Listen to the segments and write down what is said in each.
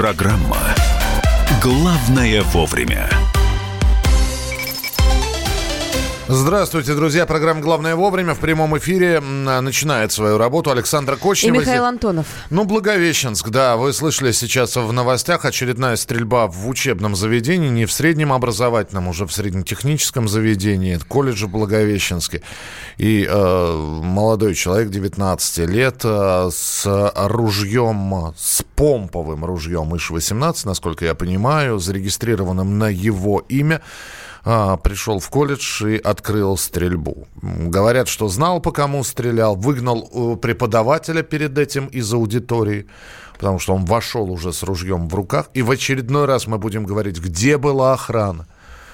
Программа «Главное вовремя». Здравствуйте, друзья. Программа «Главное вовремя» в прямом эфире начинает свою работу. Александра Кочнева. И Михаил Антонов. Благовещенск, да. Вы слышали сейчас в новостях очередная стрельба в учебном заведении, не в среднем образовательном, уже в среднетехническом заведении. Это колледж в Благовещенске. И молодой человек, 19 лет, с ружьем, с помповым ружьем ИШ-18, насколько я понимаю, зарегистрированным на его имя, пришел в колледж и открыл стрельбу. Говорят, что знал, по кому стрелял, выгнал преподавателя перед этим из аудитории, потому что он вошел уже с ружьем в руках. И в очередной раз мы будем говорить, где была охрана,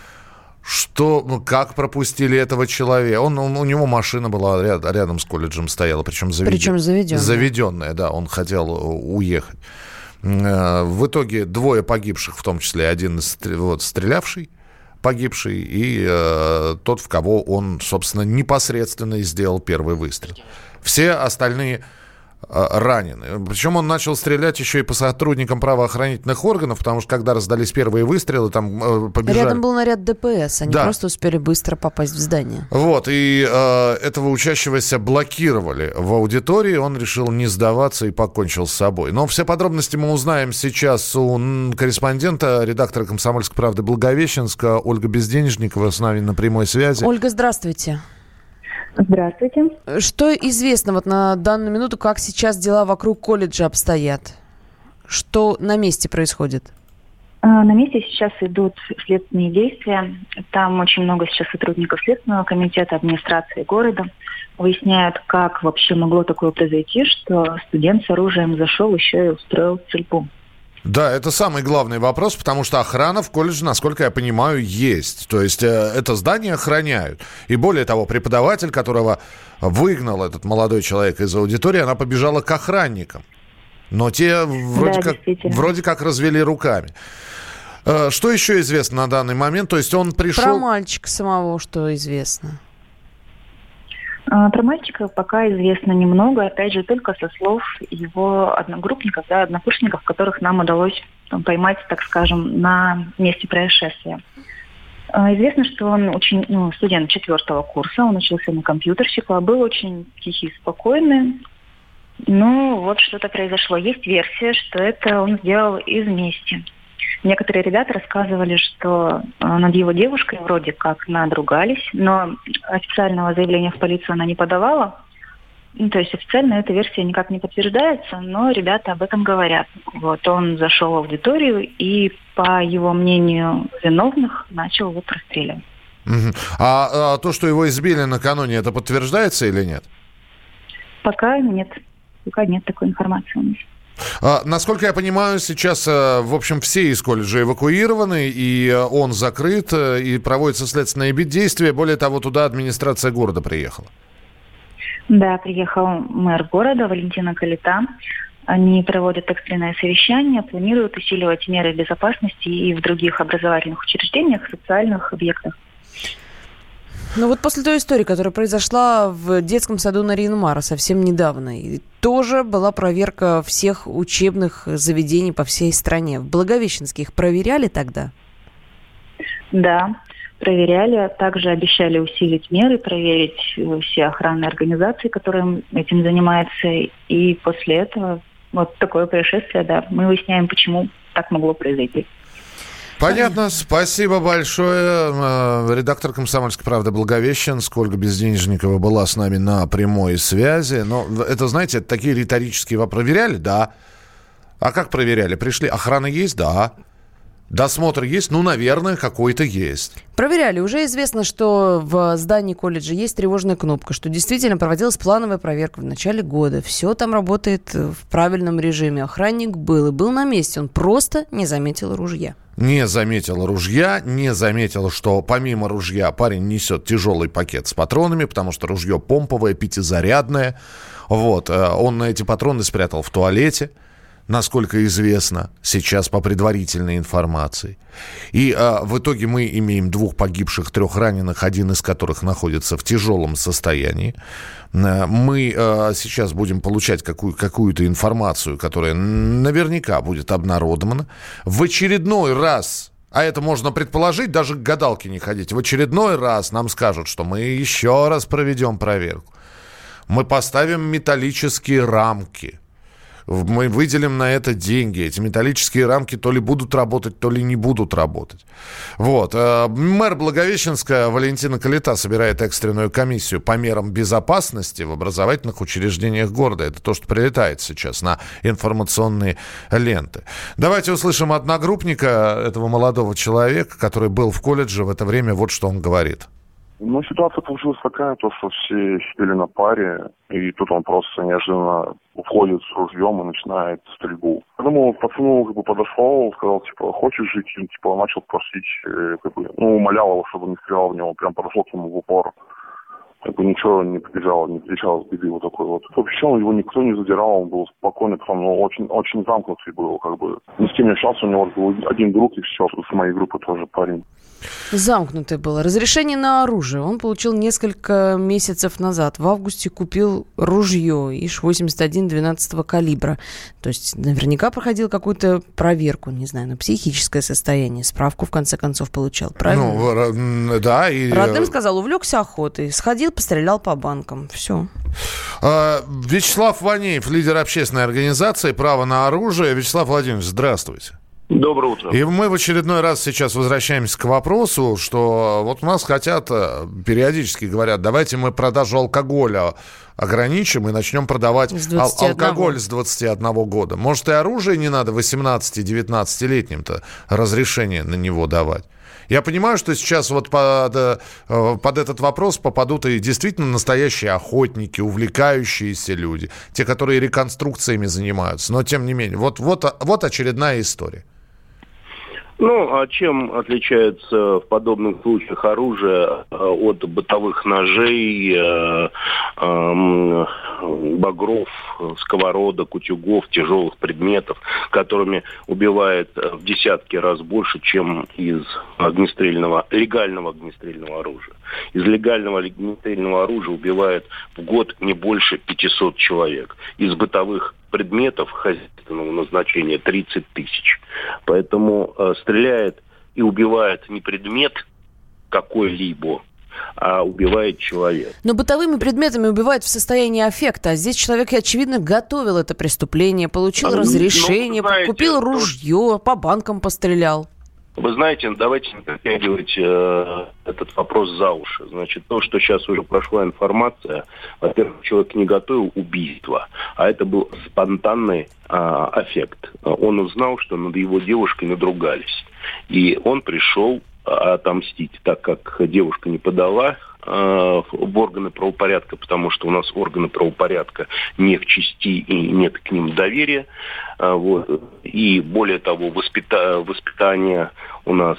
как пропустили этого человека. У него машина была рядом с колледжем стояла, причем заведенная. Заведенная, да, он хотел уехать. В итоге 2 погибших, в том числе один стрелявший, погибший, и тот, в кого он, собственно, непосредственно и сделал первый выстрел. Все остальные ранены. Причем он начал стрелять еще и по сотрудникам правоохранительных органов, потому что когда раздались первые выстрелы, там побежали... Рядом был наряд ДПС, они просто успели быстро попасть в здание. И этого учащегося блокировали в аудитории, он решил не сдаваться и покончил с собой. Но все подробности мы узнаем сейчас у корреспондента, редактора «Комсомольской правды» Благовещенска Ольга Безденежникова с нами на прямой связи. Ольга, здравствуйте. Здравствуйте. Что известно на данную минуту, как сейчас дела вокруг колледжа обстоят? Что на месте происходит? На месте сейчас идут следственные действия. Там очень много сейчас сотрудников Следственного комитета, администрации города. Выясняют, как вообще могло такое произойти, что студент с оружием зашел еще и устроил стрельбу. Да, это самый главный вопрос, потому что охрана в колледже, насколько я понимаю, есть. То есть это здание охраняют. И более того, преподаватель, которого выгнал этот молодой человек из аудитории, она побежала к охранникам. Но те вроде как развели руками. Что еще известно на данный момент? То есть он пришел... Про мальчика самого что известно? Про мальчика пока известно немного, опять же, только со слов его одногруппников, однокурсников, которых нам удалось поймать, так скажем, на месте происшествия. Известно, что он студент 4-го курса, он учился на компьютерщика, был очень тихий, спокойный. Что-то произошло. Есть версия, что это он сделал из мести. Некоторые ребята рассказывали, что над его девушкой вроде как надругались, но официального заявления в полицию она не подавала. То есть официально эта версия никак не подтверждается, но ребята об этом говорят. Он зашел в аудиторию и, по его мнению виновных, начал его простреливать. Угу. А то, что его избили накануне, это подтверждается или нет? Пока нет. Пока нет такой информации у нас. Насколько я понимаю, сейчас, в общем, все из колледжа эвакуированы, и он закрыт, и проводятся следственные действия. Более того, туда администрация города приехала. Да, приехал мэр города Валентина Калита. Они проводят экстренное совещание, планируют усиливать меры безопасности и в других образовательных учреждениях, социальных объектах. После той истории, которая произошла в детском саду Нарьян Мара совсем недавно, и тоже была проверка всех учебных заведений по всей стране. В Благовещенске их проверяли тогда? Да, проверяли. Также обещали усилить меры, проверить все охранные организации, которые этим занимаются. И после этого такое происшествие, мы выясняем, почему так могло произойти. Понятно. Спасибо большое. Редактор «Комсомольской правды» Благовещенск Ольга Безденежникова была с нами на прямой связи. Но это, знаете, это такие риторические вопросы. Проверяли? Да. А как проверяли? Пришли. Охрана есть? Да. Досмотр есть? Наверное, какой-то есть. Проверяли. Уже известно, что в здании колледжа есть тревожная кнопка, что действительно проводилась плановая проверка в начале года. Все там работает в правильном режиме. Охранник был на месте. Он просто не заметил ружья. Не заметил, что помимо ружья парень несет тяжелый пакет с патронами, потому что ружье помповое, пятизарядное. Он эти патроны спрятал в туалете. насколько известно сейчас по предварительной информации. И в итоге мы имеем 2 погибших, 3 раненых, один из которых находится в тяжелом состоянии. Мы сейчас будем получать какую-то информацию, которая наверняка будет обнародована. В очередной раз, а это можно предположить, даже к гадалке не ходить, в очередной раз нам скажут, что мы еще раз проведем проверку. Мы поставим металлические рамки. Мы выделим на это деньги. Эти металлические рамки то ли будут работать, то ли не будут работать. Вот. Мэр Благовещенска Валентина Калита собирает экстренную комиссию по мерам безопасности в образовательных учреждениях города. Это то, что прилетает сейчас на информационные ленты. Давайте услышим одногруппника этого молодого человека, который был в колледже в это время. Вот что он говорит. Ну, ситуация получилась такая, то, что все сидели на паре, и тут он просто неожиданно уходит с ружьем и начинает стрельбу. Поэтому пацану подошел, сказал, хочешь жить? И, начал просить, умолял его, чтобы не стрелял в него, прям подошел к нему в упор. Ничего не побежал, не кричал, сбили вот такой вот. Вообще его никто не задирал, он был спокойный, очень, очень замкнутый был, Ни с кем не общался, у него был один друг, и все, с моей группы тоже парень. Замкнутый был. Разрешение на оружие он получил несколько месяцев назад. В августе купил ружье ИШ-81 12-го калибра. То есть наверняка проходил какую-то проверку, не знаю, на психическое состояние. Справку, в конце концов, получал. Правильно? Да. И... Родным сказал, увлекся охотой. Сходил, пострелял по банкам. Все. Вячеслав Ванеев, лидер общественной организации «Право на оружие». Вячеслав Владимирович, здравствуйте. Доброе утро. И мы в очередной раз сейчас возвращаемся к вопросу, что вот у нас хотят, периодически говорят, давайте мы продажу алкоголя ограничим и начнем продавать алкоголь с 21 года. Может, и оружие не надо 18-19-летним-то разрешение на него давать? Я понимаю, что сейчас вот под этот вопрос попадут и действительно настоящие охотники, увлекающиеся люди, те, которые реконструкциями занимаются. Но, тем не менее, вот очередная история. А чем отличается в подобных случаях оружие от бытовых ножей, багров, сковородок, утюгов, тяжелых предметов, которыми убивает в десятки раз больше, чем из легального огнестрельного оружия. Из легального огнестрельного оружия убивает в год не больше 500 человек. Из бытовых предметов хозяйственного назначения 30 тысяч. Поэтому стреляет и убивает не предмет какой-либо, а убивает человек. Но бытовыми предметами убивают в состоянии аффекта. А здесь человек, очевидно, готовил это преступление, получил разрешение, купил ружье, по банкам пострелял. Вы знаете, давайте не протягивать этот вопрос за уши. Значит, то, что сейчас уже прошла информация, во-первых, человек не готовил убийство, а это был спонтанный аффект. Он узнал, что над его девушкой надругались. И он пришел отомстить, так как девушка не подала в органы правопорядка, потому что у нас органы правопорядка не в части и нет к ним доверия. И более того, воспитание у нас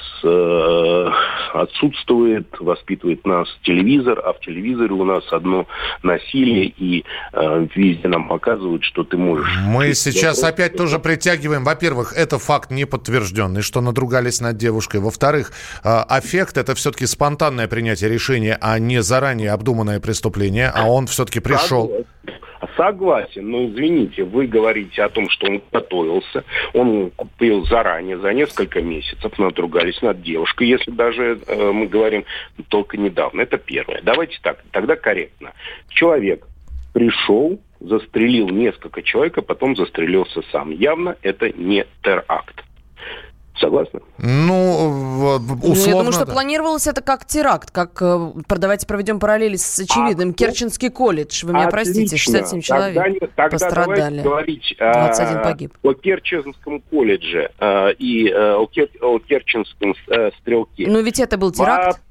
отсутствует, воспитывает нас телевизор, а в телевизоре у нас одно насилие, и везде нам показывают, что ты можешь... Мы сейчас опять тоже притягиваем, во-первых, это факт не подтвержденный, что надругались над девушкой. Во-вторых, аффект — это все-таки спонтанное принятие решения, а не заранее обдуманное преступление, а он все-таки пришел... Согласен, но извините, вы говорите о том, что он готовился, он купил заранее, за несколько месяцев, надругались над девушкой, если даже мы говорим только недавно. Это первое. Давайте так, тогда корректно. Человек пришел, застрелил несколько человек, а потом застрелился сам. Явно это не теракт. Согласны? Условно, я думаю, что планировалось это как теракт, как, давайте проведем параллели с очевидным, Керченский колледж. Вы меня простите, 67 человек пострадали, 21 погиб. О Керченском колледже и о Керченском стрелке. Но ведь это был теракт.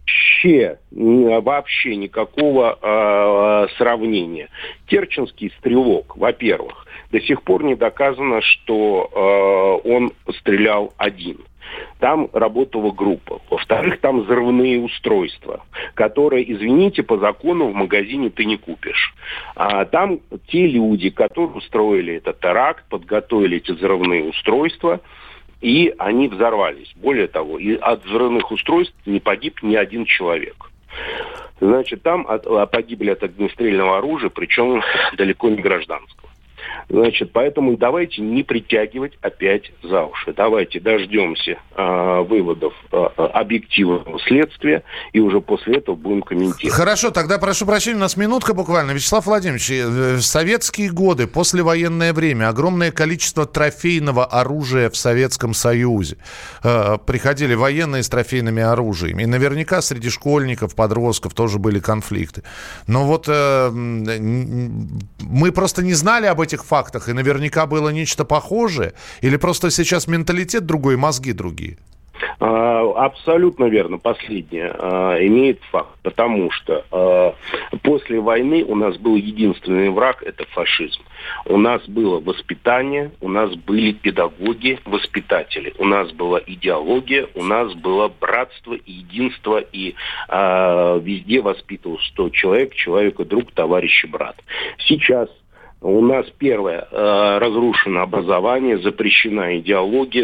Вообще никакого сравнения. Керченский стрелок, во-первых, до сих пор не доказано, что он стрелял один. там работала группа. Во-вторых, там взрывные устройства, которые, извините, по закону в магазине ты не купишь. А там те люди, которые устроили этот теракт, подготовили эти взрывные устройства, и они взорвались. Более того, и от взрывных устройств не погиб ни один человек. Значит, там погибли от огнестрельного оружия, причем далеко не гражданского. Значит, поэтому давайте не притягивать опять за уши. Давайте дождемся выводов объективного следствия и уже после этого будем комментировать. Хорошо, тогда прошу прощения, у нас минутка буквально. Вячеслав Владимирович, в советские годы, послевоенное время, огромное количество трофейного оружия в Советском Союзе. Приходили военные с трофейными оружиями. И наверняка среди школьников, подростков тоже были конфликты. Но вот мы просто не знали об этих фактах, и наверняка было нечто похожее? Или просто сейчас менталитет другой, мозги другие? Абсолютно верно. Последнее имеет факт. Потому что после войны у нас был единственный враг – это фашизм. У нас было воспитание, у нас были педагоги, воспитатели. У нас была идеология, у нас было братство и единство. И везде воспитывался 100 человек, человека друг, товарищ и брат. Сейчас у нас первое, разрушено образование, запрещена идеология,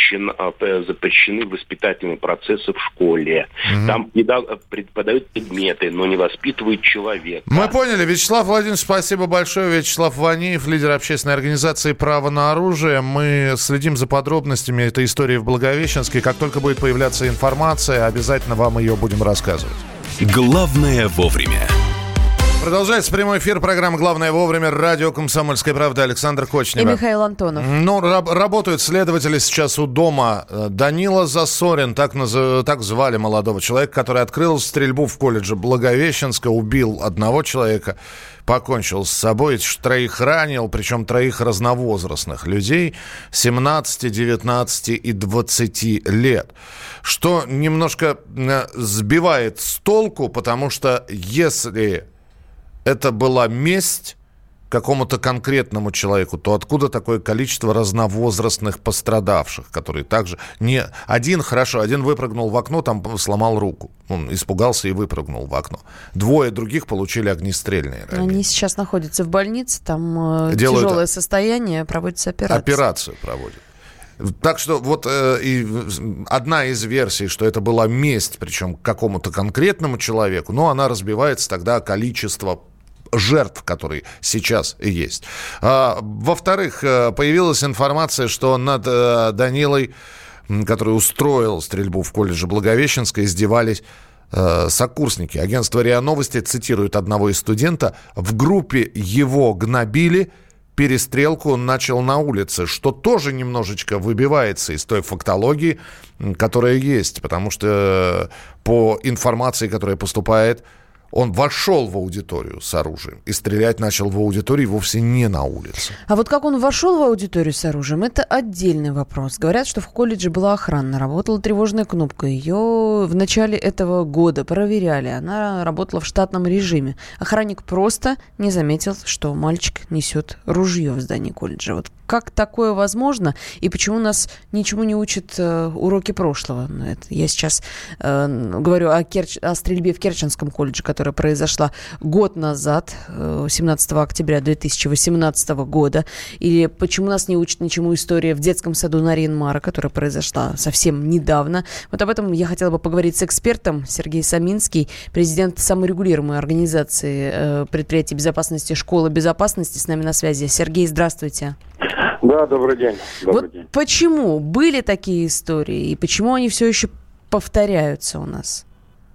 запрещены воспитательные процессы в школе. Там преподают предметы, но не воспитывают человека. Мы поняли. Вячеслав Владимирович, спасибо большое. Вячеслав Ваниев, лидер общественной организации «Право на оружие». Мы следим за подробностями этой истории в Благовещенске. Как только будет появляться информация, обязательно вам ее будем рассказывать. Главное вовремя. Продолжается прямой эфир программы «Главное вовремя». Радио «Комсомольская правда». Александр Кочнев. И Михаил Антонов. Ну, работают следователи сейчас у дома. Данила Засорин, так звали молодого человека, который открыл стрельбу в колледже Благовещенска, убил одного человека, покончил с собой, 3 ранил, причем 3 разновозрастных людей, 17, 19 и 20 лет. Что немножко сбивает с толку, потому что если это была месть какому-то конкретному человеку, то откуда такое количество разновозрастных пострадавших, которые также... Один выпрыгнул в окно, там сломал руку. Он испугался и выпрыгнул в окно. 2 других получили огнестрельные ранения. Они сейчас находятся в больнице, там тяжелое состояние, проводится операция. Операцию проводят. Так что вот и одна из версий, что это была месть, причем какому-то конкретному человеку, но она разбивается тогда о количество жертв, которые сейчас есть. Во-вторых, появилась информация, что над Данилой, который устроил стрельбу в колледже Благовещенска, издевались сокурсники. Агентство РИА Новости цитирует одного из студентов: в группе его гнобили, перестрелку он начал на улице, что тоже немножечко выбивается из той фактологии, которая есть, потому что по информации, которая поступает, он вошел в аудиторию с оружием и стрелять начал в аудитории вовсе не на улице. А вот как он вошел в аудиторию с оружием, это отдельный вопрос. Говорят, что в колледже была охрана, работала тревожная кнопка. Ее в начале этого года проверяли. Она работала в штатном режиме. Охранник просто не заметил, что мальчик несет ружье в здании колледжа. Вот как такое возможно? И почему нас ничему не учат уроки прошлого? Я сейчас говорю о стрельбе в Керченском колледже, которая произошла год назад, 17 октября 2018 года. Или почему нас не учат ничему история в детском саду Нарьян-Мара, которая произошла совсем недавно. Вот об этом я хотела бы поговорить с экспертом. Сергей Саминский, президент саморегулируемой организации предприятий безопасности «Школа безопасности», с нами на связи. Сергей, здравствуйте. Да, добрый день. День. Почему были такие истории и почему они все еще повторяются у нас?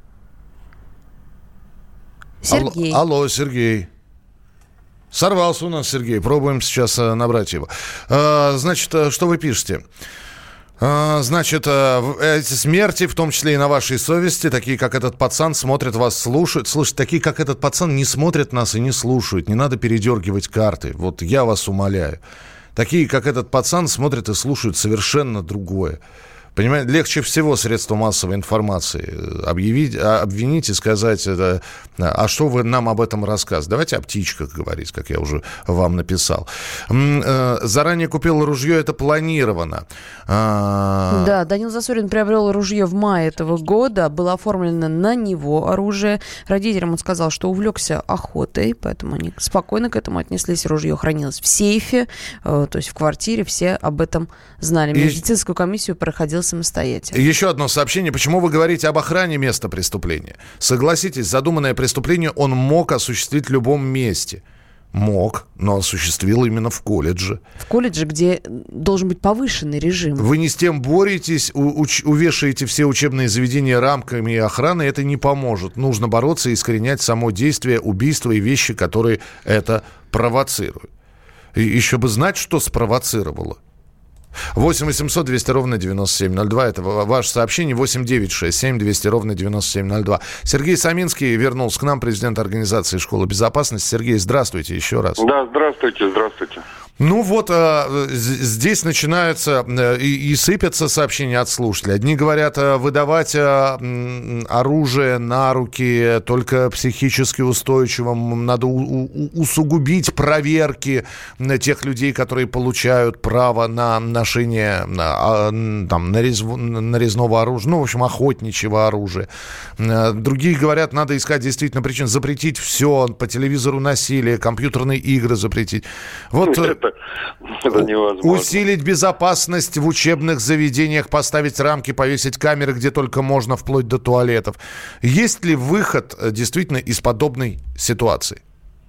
Сергей. Алло, Сергей. Сорвался у нас Сергей. Пробуем сейчас набрать его. Значит, что вы пишете? Значит, эти смерти, в том числе и на вашей совести, такие, как этот пацан, смотрят вас, слушают. Слушайте, такие, как этот пацан, не смотрят нас и не слушают. Не надо передергивать карты. Вот я вас умоляю. Такие, как этот пацан, смотрят и слушают совершенно другое. Понимаете, легче всего средства массовой информации обвинить и сказать, а что вы нам об этом рассказываете? Давайте о птичках говорить, как я уже вам написал. Заранее купил ружье, это планировано. Да, Данил Засорин приобрел ружье в мае этого года, было оформлено на него оружие. Родителям он сказал, что увлекся охотой, поэтому они спокойно к этому отнеслись. Ружье хранилось в сейфе, то есть в квартире, все об этом знали. Медицинскую комиссию проходил самостоятельно. Еще одно сообщение. Почему вы говорите об охране места преступления? Согласитесь, задуманное преступление он мог осуществить в любом месте. Мог, но осуществил именно в колледже. В колледже, где должен быть повышенный режим. Вы не с тем боретесь, увешаете все учебные заведения рамками охраны, это не поможет. Нужно бороться и искоренять само действие убийства и вещи, которые это провоцируют. И еще бы знать, что спровоцировало. 8 800 200 ровно 9702. Это ваше сообщение. 8 9 6 7 200 ровно 9702. Сергей Саминский вернулся к нам, президент организации «Школа безопасности». Сергей, здравствуйте еще раз. Да, здравствуйте. Ну вот, здесь начинаются и сыпятся сообщения от слушателей. Одни говорят, выдавать оружие на руки только психически устойчивым. Надо усугубить проверки тех людей, которые получают право на ношение нарезного оружия, ну, в общем, охотничьего оружия. Другие говорят, надо искать действительно причин, запретить все, по телевизору насилие, компьютерные игры запретить. Вот... Это невозможно. Усилить безопасность в учебных заведениях, поставить рамки, повесить камеры, где только можно, вплоть до туалетов. Есть ли выход действительно из подобной ситуации?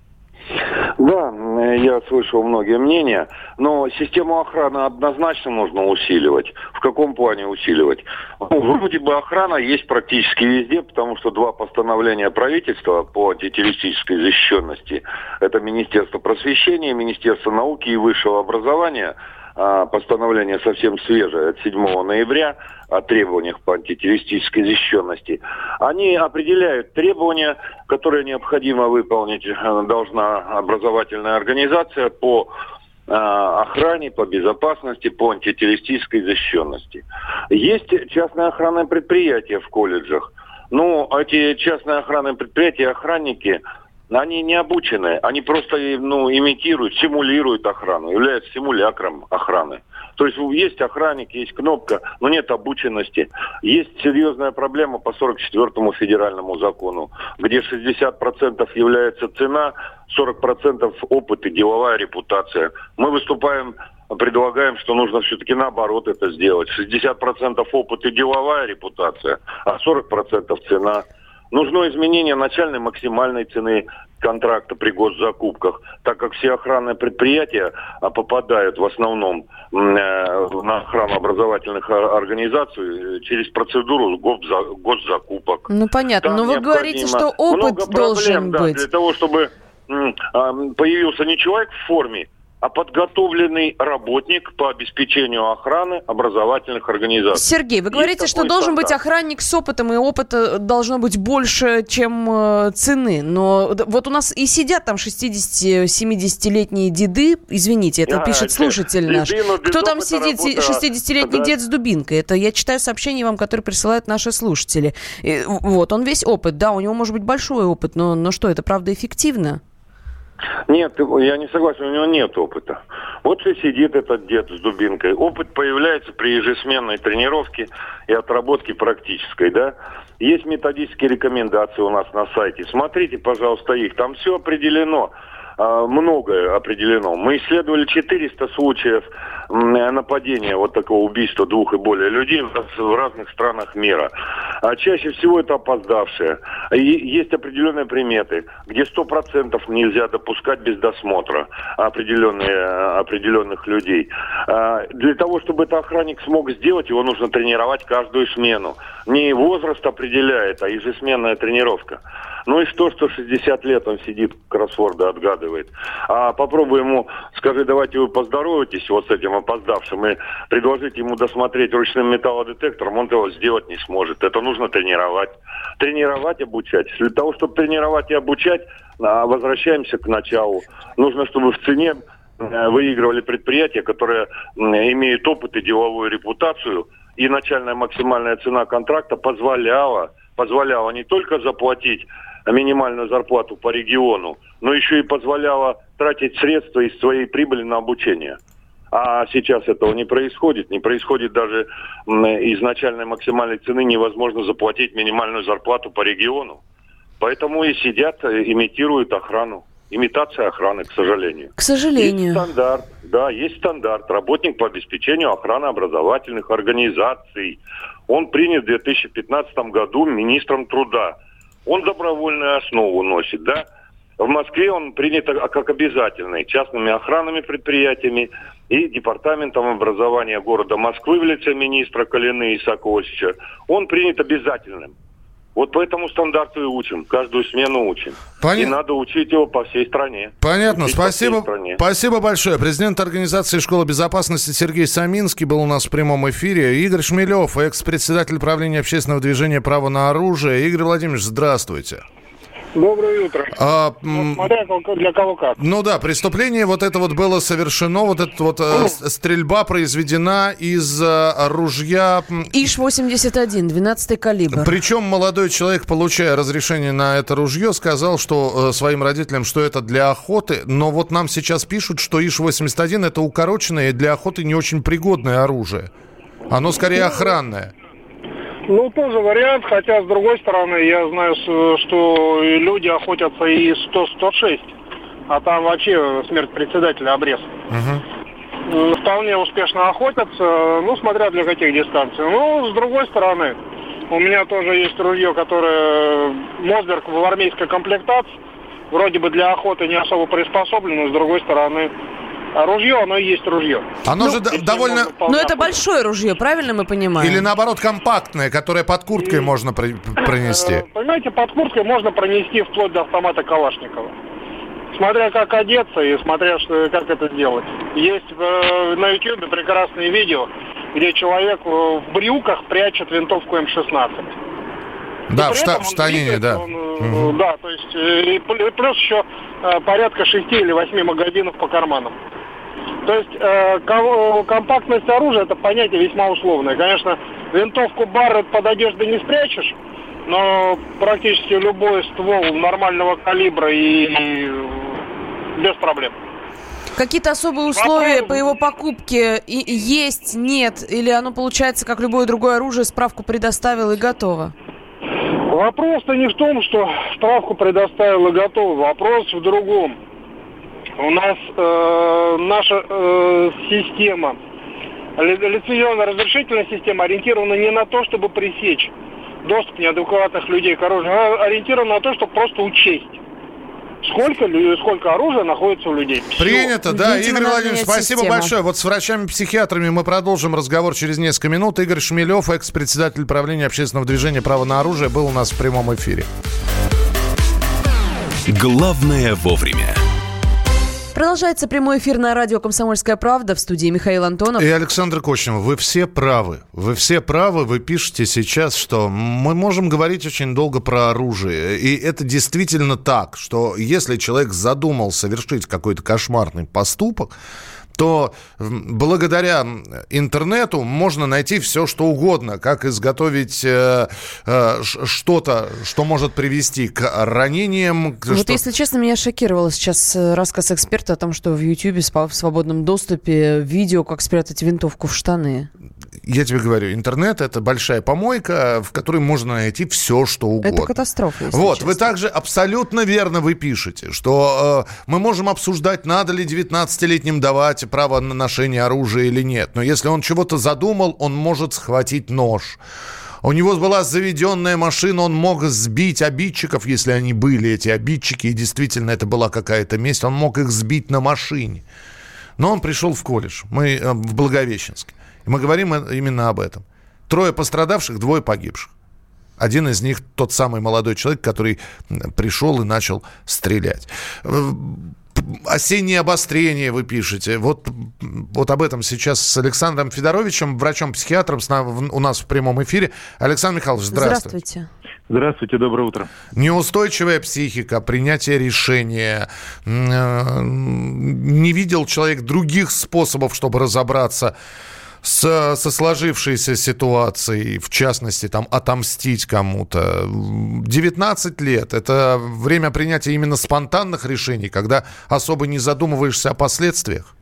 Да, я слышал многие мнения, но систему охраны однозначно нужно усиливать. В каком плане усиливать? Вроде бы охрана есть практически везде, потому что 2 постановления правительства по антитеррористической защищенности, это Министерство просвещения, Министерство науки и высшего образования, постановление совсем свежее, от 7 ноября, о требованиях по антитеррористической защищенности. Они определяют требования, которые необходимо выполнить должна образовательная организация по охране, по безопасности, по антитеррористической защищенности. Есть частные охранные предприятия в колледжах. Ну, эти частные охранные предприятия, охранники, они не обучены, они просто имитируют, симулируют охрану, являются симулякром охраны. То есть есть охранник, есть кнопка, но нет обученности. Есть серьезная проблема по 44-му федеральному закону, где 60% является цена, 40% опыт и деловая репутация. Мы предлагаем, что нужно все-таки наоборот это сделать. 60% опыт и деловая репутация, а 40% цена. Нужно изменение начальной максимальной цены контракта при госзакупках, так как все охранные предприятия попадают в основном на охрану образовательных организаций через процедуру госзакупок. Ну, понятно. Но вы говорите, что опыт должен быть. Для того, чтобы появился не человек в форме, а подготовленный работник по обеспечению охраны образовательных организаций. Сергей, вы говорите, что должен быть охранник с опытом, и опыта должно быть больше, чем цены. Но вот у нас и сидят там 60-70-летние деды, извините, это пишет слушатель наш. Кто там сидит, 60-летний дед с дубинкой? Это я читаю сообщения вам, которые присылают наши слушатели. И вот, он весь опыт, да, у него может быть большой опыт, но что, это правда эффективно? Нет, я не согласен, у него нет опыта. Вот и сидит этот дед с дубинкой. Опыт появляется при ежесменной тренировке и отработке практической, да. Есть методические рекомендации у нас на сайте. Смотрите, пожалуйста, их. Там все определено. Многое определено. Мы исследовали 400 случаев нападения, вот такого убийства 2 и более людей в разных странах мира. А чаще всего это опоздавшие. И есть определенные приметы, где 100% нельзя допускать без досмотра определенных людей. Для того, чтобы этот охранник смог сделать, его нужно тренировать каждую смену. Не возраст определяет, а ежесменная тренировка. Ну и что 60 лет он сидит, кроссворды отгадывает. А попробуй ему, скажи, давайте вы поздороваетесь вот с этим опоздавшим и предложите ему досмотреть ручным металлодетектором, он этого сделать не сможет. Это нужно тренировать. Тренировать, обучать. Для того, чтобы тренировать и обучать, возвращаемся к началу. Нужно, чтобы в цене выигрывали предприятия, которые имеют опыт и деловую репутацию, и начальная максимальная цена контракта позволяла не только заплатить минимальную зарплату по региону, но еще и позволяла тратить средства из своей прибыли на обучение. А сейчас этого не происходит. Не происходит даже из начальной максимальной цены невозможно заплатить минимальную зарплату по региону. Поэтому и сидят, имитируют охрану. Имитация охраны, к сожалению. К сожалению. Есть стандарт. Работник по обеспечению охраны образовательных организаций. Он принят в 2015 году министром труда. Он добровольную основу носит, да? В Москве он принят как обязательный частными охранными предприятиями и департаментом образования города Москвы в лице министра Калины Исаковича. Он принят обязательным. Вот по этому стандарту и учим. Каждую смену учим. И надо учить его по всей стране. Понятно. Спасибо большое. Президент Организации школы безопасности Сергей Саминский был у нас в прямом эфире. Игорь Шмелев, экс-председатель правления общественного движения «Право на оружие». Игорь Владимирович, здравствуйте. Доброе утро. Смотря для кого как. Ну да, преступление вот это вот было совершено, вот эта вот стрельба произведена из ружья... ИШ-81, 12-й калибр. Причем молодой человек, получая разрешение на это ружье, сказал, что своим родителям, что это для охоты, но вот нам сейчас пишут, что ИШ-81 это укороченное и для охоты не очень пригодное оружие. Оно скорее охранное. Ну, тоже вариант, хотя, с другой стороны, я знаю, что люди охотятся и 100-106, а там вообще смерть председателя обрез. Вполне успешно охотятся, ну, смотря для каких дистанций. Ну, с другой стороны, у меня тоже есть ружье, которое Мосберг в армейской комплектации, вроде бы для охоты не особо приспособлено, но, с другой стороны, а ружье, оно и есть ружье. Оно же довольно... Но это большое ружье, правильно мы понимаем? Или наоборот компактное, которое под курткой можно пронести? Понимаете, под курткой можно пронести вплоть до автомата Калашникова. Смотря как одеться и смотря, как это делать. Есть на YouTube прекрасные видео, где человек в брюках прячет винтовку М16. Да, в штанине, да. Да, то есть и плюс еще порядка 6 или 8 магазинов по карманам. То есть компактность оружия — это понятие весьма условное. Конечно, винтовку Барретт под одеждой не спрячешь, но практически любой ствол нормального калибра и без проблем. Какие-то особые условия по его покупке есть, нет? Или оно получается, как любое другое оружие, справку предоставил и готово? Вопрос-то не в том, что справку предоставил и готово. Вопрос в другом. У нас наша система, лицензионно-разрешительная система, ориентирована не на то, чтобы пресечь доступ неадекватных людей к оружию, а ориентирована на то, чтобы просто учесть, сколько оружия находится у людей. Принято, да. Игорь Владимирович, спасибо большое. Вот с врачами-психиатрами мы продолжим разговор через несколько минут. Игорь Шмелев, экс-председатель правления общественного движения «Право на оружие», был у нас в прямом эфире. Главное вовремя. Продолжается прямой эфир на радио «Комсомольская правда», в студии Михаил Антонов. И Александр Кочнев. Вы все правы. Вы пишете сейчас, что мы можем говорить очень долго про оружие. И это действительно так, что если человек задумал совершить какой-то кошмарный поступок, то благодаря интернету можно найти все, что угодно, как изготовить что-то, что может привести к ранениям. Вот если честно, меня шокировало сейчас рассказ эксперта о том, что в Ютьюбе в свободном доступе видео, как спрятать винтовку в штаны. Я тебе говорю, интернет — это большая помойка, в которой можно найти все, что угодно. Это катастрофа, если Вот, честно. вы также абсолютно верно вы пишете, что мы можем обсуждать, надо ли 19-летним давать право на ношение оружия или нет. Но если он чего-то задумал, он может схватить нож. У него была заведенная машина, он мог сбить обидчиков, если они были, эти обидчики, и действительно это была какая-то месть, он мог их сбить на машине. Но он пришел в колледж, мы в Благовещенске. И мы говорим именно об этом. 3 пострадавших, 2 погибших. Один из них тот самый молодой человек, который пришел и начал стрелять. Осеннее обострение, вы пишете. Вот об этом сейчас с Александром Федоровичем, врачом-психиатром, у нас в прямом эфире. Александр Михайлович, здравствуйте. Здравствуйте, доброе утро. Неустойчивая психика, принятие решения. Не видел человек других способов, чтобы разобраться со сложившейся ситуацией, в частности, там, отомстить кому-то. 19 лет – это время принятия именно спонтанных решений, когда особо не задумываешься о последствиях.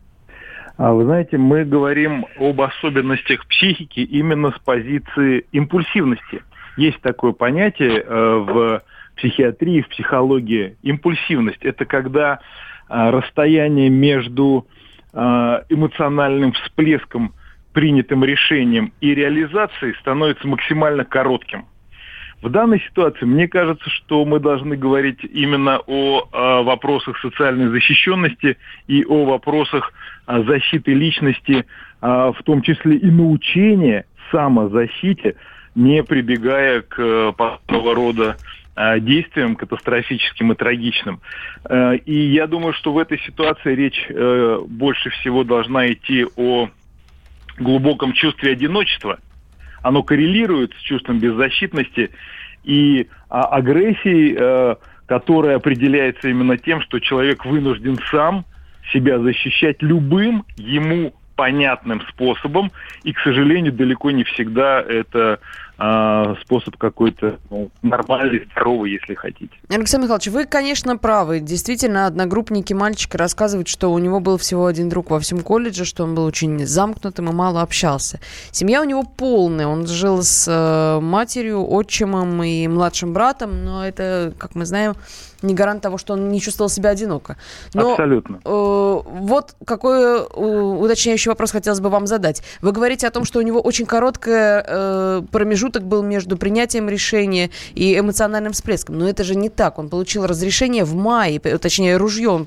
Вы знаете, мы говорим об особенностях психики именно с позиции импульсивности. Есть такое понятие в психиатрии, в психологии – импульсивность. Это когда расстояние между эмоциональным всплеском, принятым решением и реализацией становится максимально коротким. В данной ситуации, мне кажется, что мы должны говорить именно о вопросах социальной защищенности и о вопросах защиты личности, в том числе и научения самозащите, не прибегая к подобного рода действиям катастрофическим и трагичным. И я думаю, что в этой ситуации речь больше всего должна идти о глубоком чувстве одиночества. Оно коррелирует с чувством беззащитности и агрессией, которая определяется именно тем, что человек вынужден сам себя защищать любым ему понятным способом, и, к сожалению, далеко не всегда это способ какой-то нормальный, здоровый, если хотите. Александр Михайлович, вы, конечно, правы. Действительно, одногруппники мальчика рассказывают, что у него был всего один друг во всем колледже, что он был очень замкнутым и мало общался. Семья у него полная. Он жил с матерью, отчимом и младшим братом, но это, как мы знаем, не гарант того, что он не чувствовал себя одиноко. Но, абсолютно. Вот какой уточняющий вопрос хотелось бы вам задать. Вы говорите о том, что у него очень короткий промежуток был между принятием решения и эмоциональным всплеском. Но это же не так. Он получил разрешение в мае, точнее, ружье он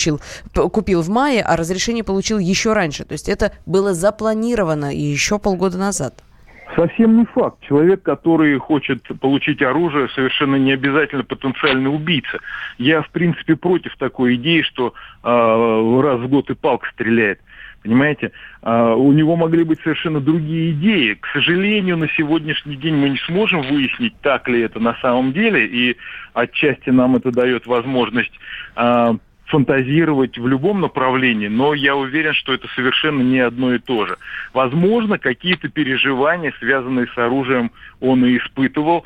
купил в мае, а разрешение получил еще раньше. То есть это было запланировано еще полгода назад. Совсем не факт. Человек, который хочет получить оружие, совершенно не обязательно потенциальный убийца. Я, в принципе, против такой идеи, что раз в год и палка стреляет. Понимаете? У него могли быть совершенно другие идеи. К сожалению, на сегодняшний день мы не сможем выяснить, так ли это на самом деле, и отчасти нам это дает возможность фантазировать в любом направлении, но я уверен, что это совершенно не одно и то же. Возможно, какие-то переживания, связанные с оружием, он и испытывал,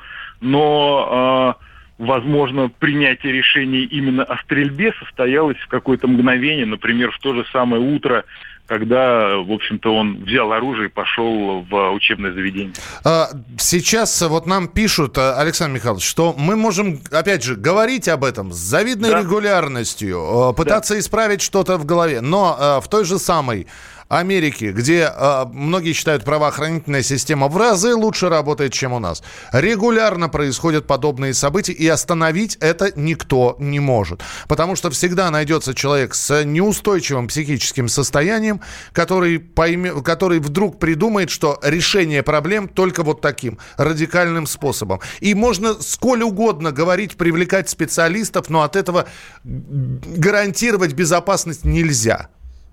но, возможно, принятие решения именно о стрельбе состоялось в какое-то мгновение, например, в то же самое утро, когда, в общем-то, он взял оружие и пошел в учебное заведение. Сейчас вот нам пишут, Александр Михайлович, что мы можем, опять же, говорить об этом с завидной регулярностью, пытаться исправить что-то в голове, но в той же самой Америке, где многие считают, правоохранительная система в разы лучше работает, чем у нас. Регулярно происходят подобные события, и остановить это никто не может. Потому что всегда найдется человек с неустойчивым психическим состоянием, который вдруг придумает, что решение проблем только вот таким радикальным способом. И можно сколь угодно говорить, привлекать специалистов, но от этого гарантировать безопасность нельзя.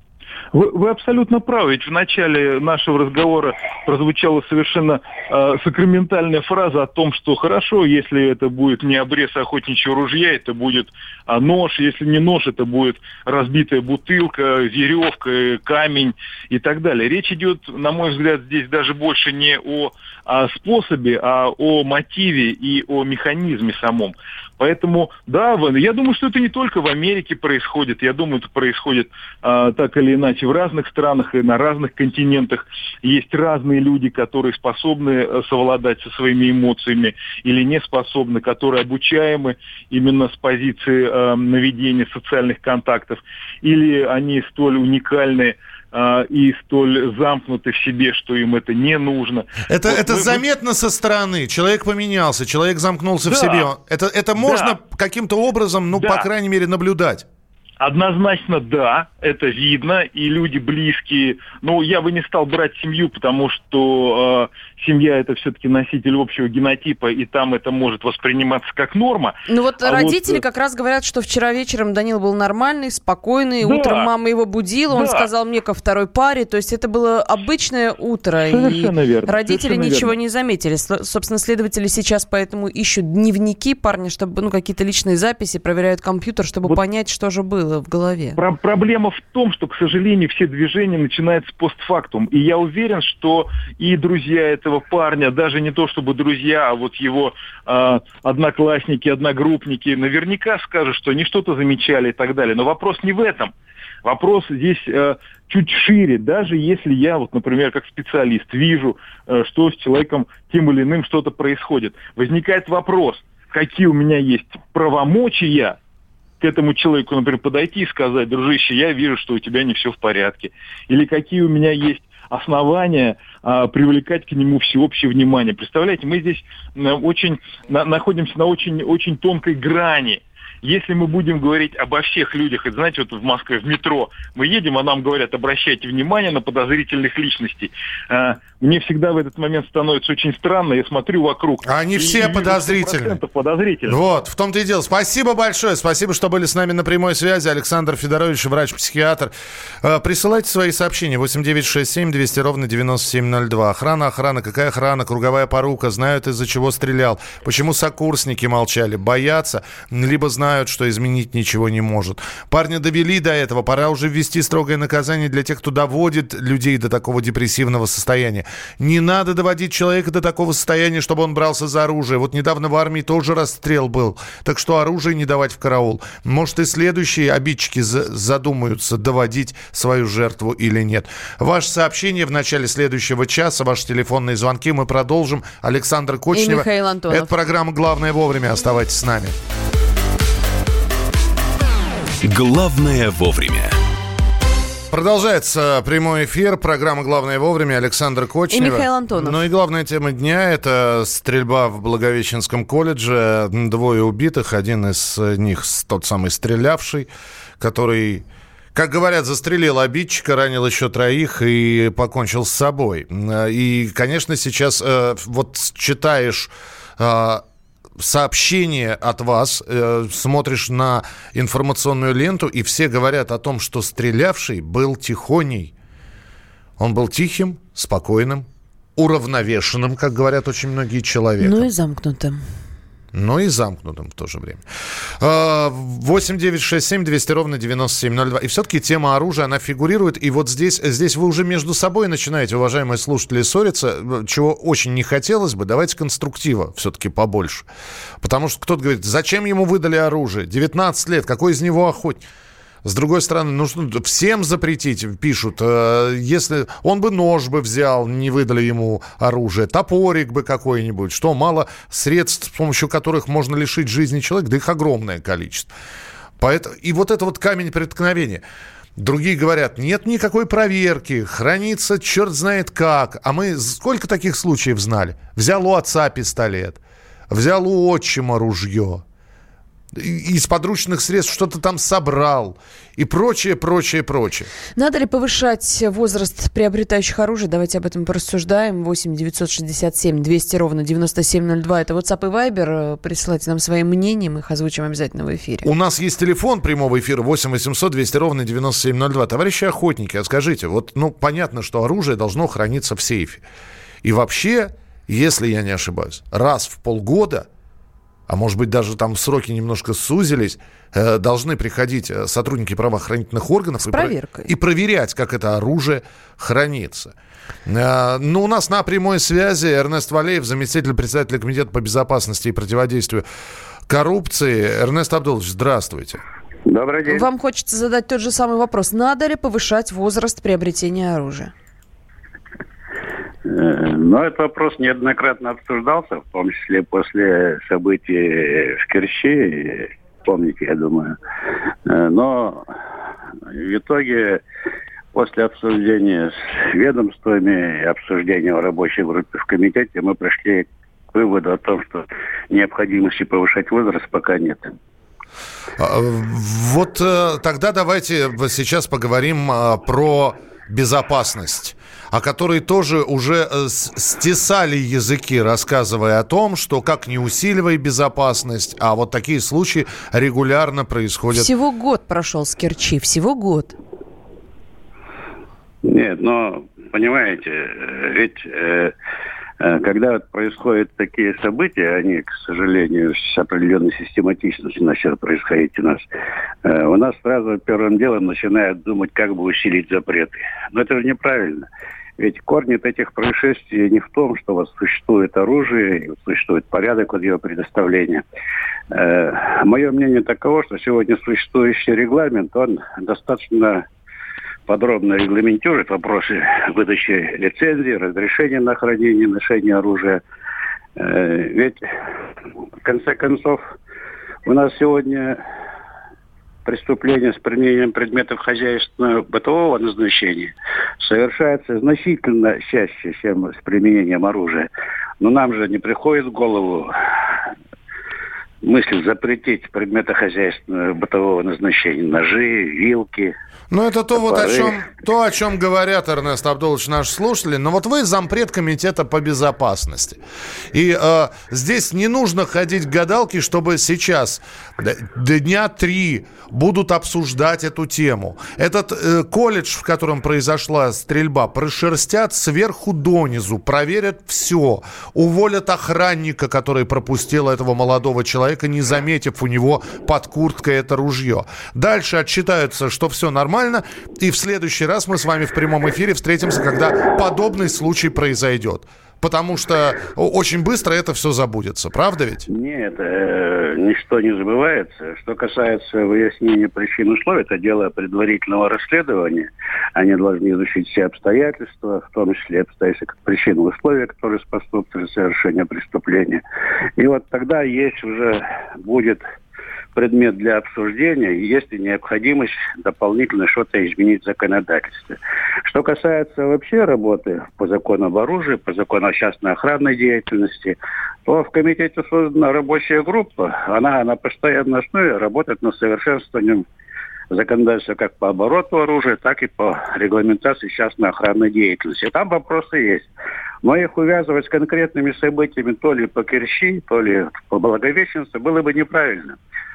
Вы абсолютно правы, ведь в начале нашего разговора прозвучала совершенно сакраментальная фраза о том, что хорошо, если это будет не обрез охотничьего ружья, это будет нож, если не нож, это будет разбитая бутылка, веревка, камень и так далее. Речь идет, на мой взгляд, здесь даже больше не о способе, а о мотиве и о механизме самом. Поэтому, да, я думаю, что это не только в Америке происходит, я думаю, это происходит так или иначе в разных странах и на разных континентах. Есть разные люди, которые способны совладать со своими эмоциями или не способны, которые обучаемы именно с позиции наведения социальных контактов, или они столь уникальны и столь замкнуты в себе, что им это не нужно. Это заметно со стороны. Человек поменялся, человек замкнулся в себе. Это можно каким-то образом, по крайней мере, наблюдать. Однозначно, да, это видно, и люди близкие. Я бы не стал брать семью, потому что семья – это все-таки носитель общего генотипа, и там это может восприниматься как норма. Родители как раз говорят, что вчера вечером Данил был нормальный, спокойный, утром мама его будила, он сказал мне ко второй паре, то есть это было обычное утро, совершенно верно. Родители ничего не заметили. Собственно, следователи сейчас поэтому ищут дневники парня, чтобы, какие-то личные записи, проверяют компьютер, чтобы понять, что же было. было в голове. Проблема в том, что, к сожалению, все движения начинаются постфактум. И я уверен, что и друзья этого парня, даже не то чтобы друзья, а вот его одноклассники, одногруппники, наверняка скажут, что они что-то замечали и так далее. Но вопрос не в этом. Вопрос здесь чуть шире. Даже если я, вот, например, как специалист, вижу, что с человеком тем или иным что-то происходит, возникает вопрос, какие у меня есть правомочия к этому человеку, например, подойти и сказать: дружище, я вижу, что у тебя не все в порядке. Или какие у меня есть основания привлекать к нему всеобщее внимание. Представляете, мы здесь находимся на очень тонкой грани. Если мы будем говорить обо всех людях, это, знаете, вот в Москве в метро мы едем, а нам говорят: обращайте внимание на подозрительных личностей. Мне всегда в этот момент становится очень странно, я смотрю вокруг. Они все подозрительны. Вот, в том-то и дело. Спасибо большое, спасибо, что были с нами на прямой связи. Александр Федорович, врач-психиатр. Присылайте свои сообщения. 8-967-200-97-02. Охрана, какая охрана? Круговая порука. Знают, из-за чего стрелял. Почему сокурсники молчали? Боятся, либо знают, что изменить ничего не может. Парня довели до этого. Пора уже ввести строгое наказание для тех, кто доводит людей до такого депрессивного состояния. Не надо доводить человека до такого состояния, чтобы он брался за оружие. Вот недавно в армии тоже расстрел был. Так что оружие не давать в караул. Может, и следующие обидчики задумаются, доводить свою жертву или нет. Ваше сообщение в начале следующего часа, ваши телефонные звонки мы продолжим. Александр Кочнева. И Михаил Антонов. Это программа «Главное вовремя». Оставайтесь с нами. Главное вовремя. Продолжается прямой эфир. Программа «Главное вовремя». Александр Кочнева. И Михаил Антонов. Ну и главная тема дня – это стрельба в Благовещенском колледже. 2 убитых. Один из них тот самый стрелявший, который, как говорят, застрелил обидчика, ранил еще 3 и покончил с собой. И, конечно, сейчас вот читаешь сообщение от вас, смотришь на информационную ленту, и все говорят о том, что стрелявший был тихоней. Он был тихим, спокойным, уравновешенным, как говорят очень многие человека. Ну и замкнутым. Но и замкнутым в то же время. 8-967-200-97-02. И все-таки тема оружия, она фигурирует. И вот здесь вы уже между собой начинаете, уважаемые слушатели, ссориться, чего очень не хотелось бы. Давайте конструктива все-таки побольше. Потому что кто-то говорит: зачем ему выдали оружие? 19 лет, какой из него охотник? С другой стороны, нужно всем запретить, пишут. Если он бы нож бы взял, не выдали ему оружие, топорик бы какой-нибудь. Что, мало средств, с помощью которых можно лишить жизни человека? Да их огромное количество. Поэтому, и вот это вот камень преткновения. Другие говорят: нет никакой проверки, хранится черт знает как. А мы сколько таких случаев знали? Взял у отца пистолет, взял у отчима ружье. Из подручных средств что-то там собрал и прочее. Надо ли повышать возраст приобретающих оружие? Давайте об этом порассуждаем. 8-967-200-97-02. Это WhatsApp и Viber. Присылайте нам свои мнения, мы их озвучим обязательно в эфире. У нас есть телефон прямого эфира 8-800-200-97-02. Товарищи охотники, а скажите, вот, понятно, что оружие должно храниться в сейфе. И вообще, если я не ошибаюсь, раз в полгода, а может быть, даже там сроки немножко сузились, должны приходить сотрудники правоохранительных органов и проверять, как это оружие хранится. У нас на прямой связи Эрнест Валеев, заместитель председателя Комитета по безопасности и противодействию коррупции. Эрнест Абдулович, здравствуйте. Добрый день. Вам хочется задать тот же самый вопрос. Надо ли повышать возраст приобретения оружия? Этот вопрос неоднократно обсуждался, в том числе после событий в Керчи, помните, я думаю. Но в итоге, после обсуждения с ведомствами и обсуждения в рабочей группе в комитете, мы пришли к выводу о том, что необходимости повышать возраст пока нет. Вот тогда давайте сейчас поговорим про безопасность, о которой тоже уже стесали языки, рассказывая о том, что как не усиливай безопасность, а вот такие случаи регулярно происходят. Всего год прошел с Керчи, всего год. Нет, понимаете, ведь Когда вот происходят такие события, они, к сожалению, с определенной систематичностью начинают происходить у нас сразу первым делом начинают думать, как бы усилить запреты. Но это же неправильно. Ведь корни этих происшествий не в том, что вот существует оружие, и вот существует порядок от его предоставления. Мое мнение таково, что сегодня существующий регламент, он достаточно подробно регламентирует вопросы выдачи лицензии, разрешения на хранение и ношение оружия. Ведь, в конце концов, у нас сегодня преступления с применением предметов хозяйственного бытового назначения совершается значительно чаще, чем с применением оружия. Но нам же не приходит в голову мысль запретить предметы хозяйственного бытового назначения, ножи, вилки. Ну, это о чем говорят, Эрнест Абдулович, наши слушатели. Но вот вы зампред комитета по безопасности. И здесь не нужно ходить к гадалке, чтобы сейчас дня 3 будут обсуждать эту тему. Этот колледж, в котором произошла стрельба, прошерстят сверху донизу, проверят все. Уволят охранника, который пропустил этого молодого человека, не заметив у него под курткой это ружье. Дальше отчитаются, что все нормально. И в следующий раз мы с вами в прямом эфире встретимся, когда подобный случай произойдет. Потому что очень быстро это все забудется. Правда ведь? Нет, ничто не забывается. Что касается выяснения причин и условий, это дело предварительного расследования. Они должны изучить все обстоятельства, в том числе обстоятельства причины и условия, которые способствуют совершению преступления. И вот тогда есть уже будет предмет для обсуждения, есть ли необходимость дополнительно что-то изменить в законодательстве. Что касается вообще работы по закону об оружии, по закону о частной охранной деятельности, то в комитете создана рабочая группа. Она на постоянной основе работает над совершенствованием законодательства как по обороту оружия, так и по регламентации частной охранной деятельности. И там вопросы есть. Но их увязывать с конкретными событиями то ли по Керчи, то ли по Благовещенцу было бы неправильно.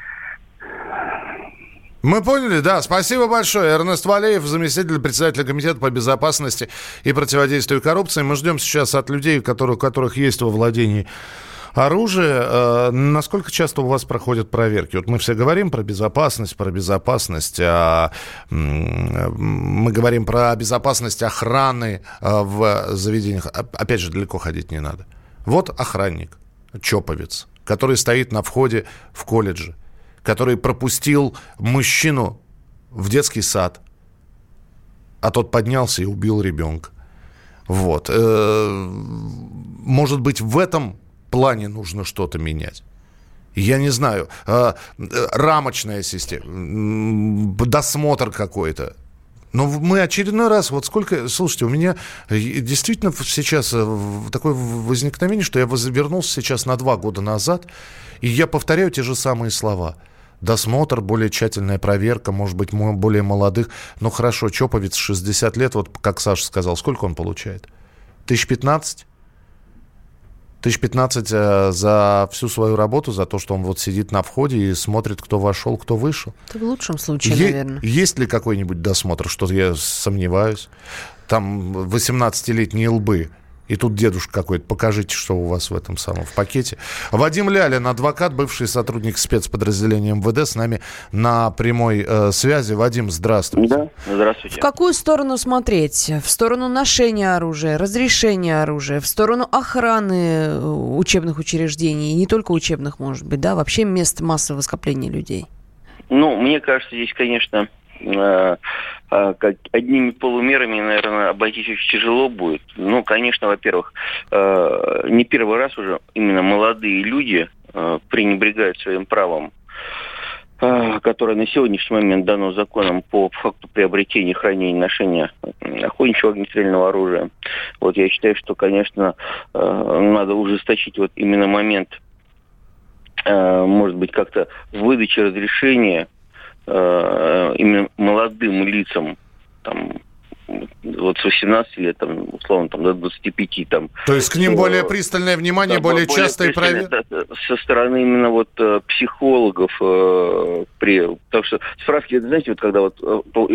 Мы поняли, да. Спасибо большое. Эрнест Валеев, заместитель председателя комитета по безопасности и противодействию коррупции. Мы ждем сейчас от людей, у которых есть во владении оружие. Насколько часто у вас проходят проверки? Вот мы все говорим про безопасность, а мы говорим про безопасность охраны в заведениях. Опять же, далеко ходить не надо. Вот охранник, чоповец, который стоит на входе в колледже, который пропустил мужчину в детский сад, а тот поднялся и убил ребенка. Вот. Может быть, в этом плане нужно что-то менять. Я не знаю. Рамочная система, досмотр какой-то. Но мы очередной раз, вот сколько... Слушайте, у меня действительно сейчас такое возникновение, что я вернулся сейчас на 2 года назад, и я повторяю те же самые слова. Досмотр, более тщательная проверка, может быть, более молодых. Ну, хорошо, чоповец 60 лет, вот как Саша сказал, сколько он получает? 1500? 1500 за всю свою работу, за то, что он вот сидит на входе и смотрит, кто вошел, кто вышел. Это в лучшем случае, наверное. Есть ли какой-нибудь досмотр? Что-то я сомневаюсь. Там 18-летние лбы. И тут дедушка какой-то. Покажите, что у вас в этом самом, в пакете. Вадим Лялин, адвокат, бывший сотрудник спецподразделения МВД, с нами на прямой связи. Вадим, здравствуйте. Да, здравствуйте. В какую сторону смотреть? В сторону ношения оружия, разрешения оружия, в сторону охраны учебных учреждений, и не только учебных, может быть, да, вообще мест массового скопления людей? Ну, мне кажется, здесь, конечно, как одними полумерами, наверное, обойтись очень тяжело будет. Ну, конечно, во-первых, не первый раз уже именно молодые люди пренебрегают своим правом, которое на сегодняшний момент дано законом по факту приобретения, хранения, ношения охотничьего огнестрельного оружия. Вот я считаю, что, конечно, надо ужесточить вот именно момент, может быть, как-то выдачи разрешения именно молодым лицам, там, вот с 18 лет, там, условно, там, до 25. Там, то есть к ним более пристальное внимание, более частое проверка? Со стороны именно вот психологов. Потому что справки, знаете, вот когда вот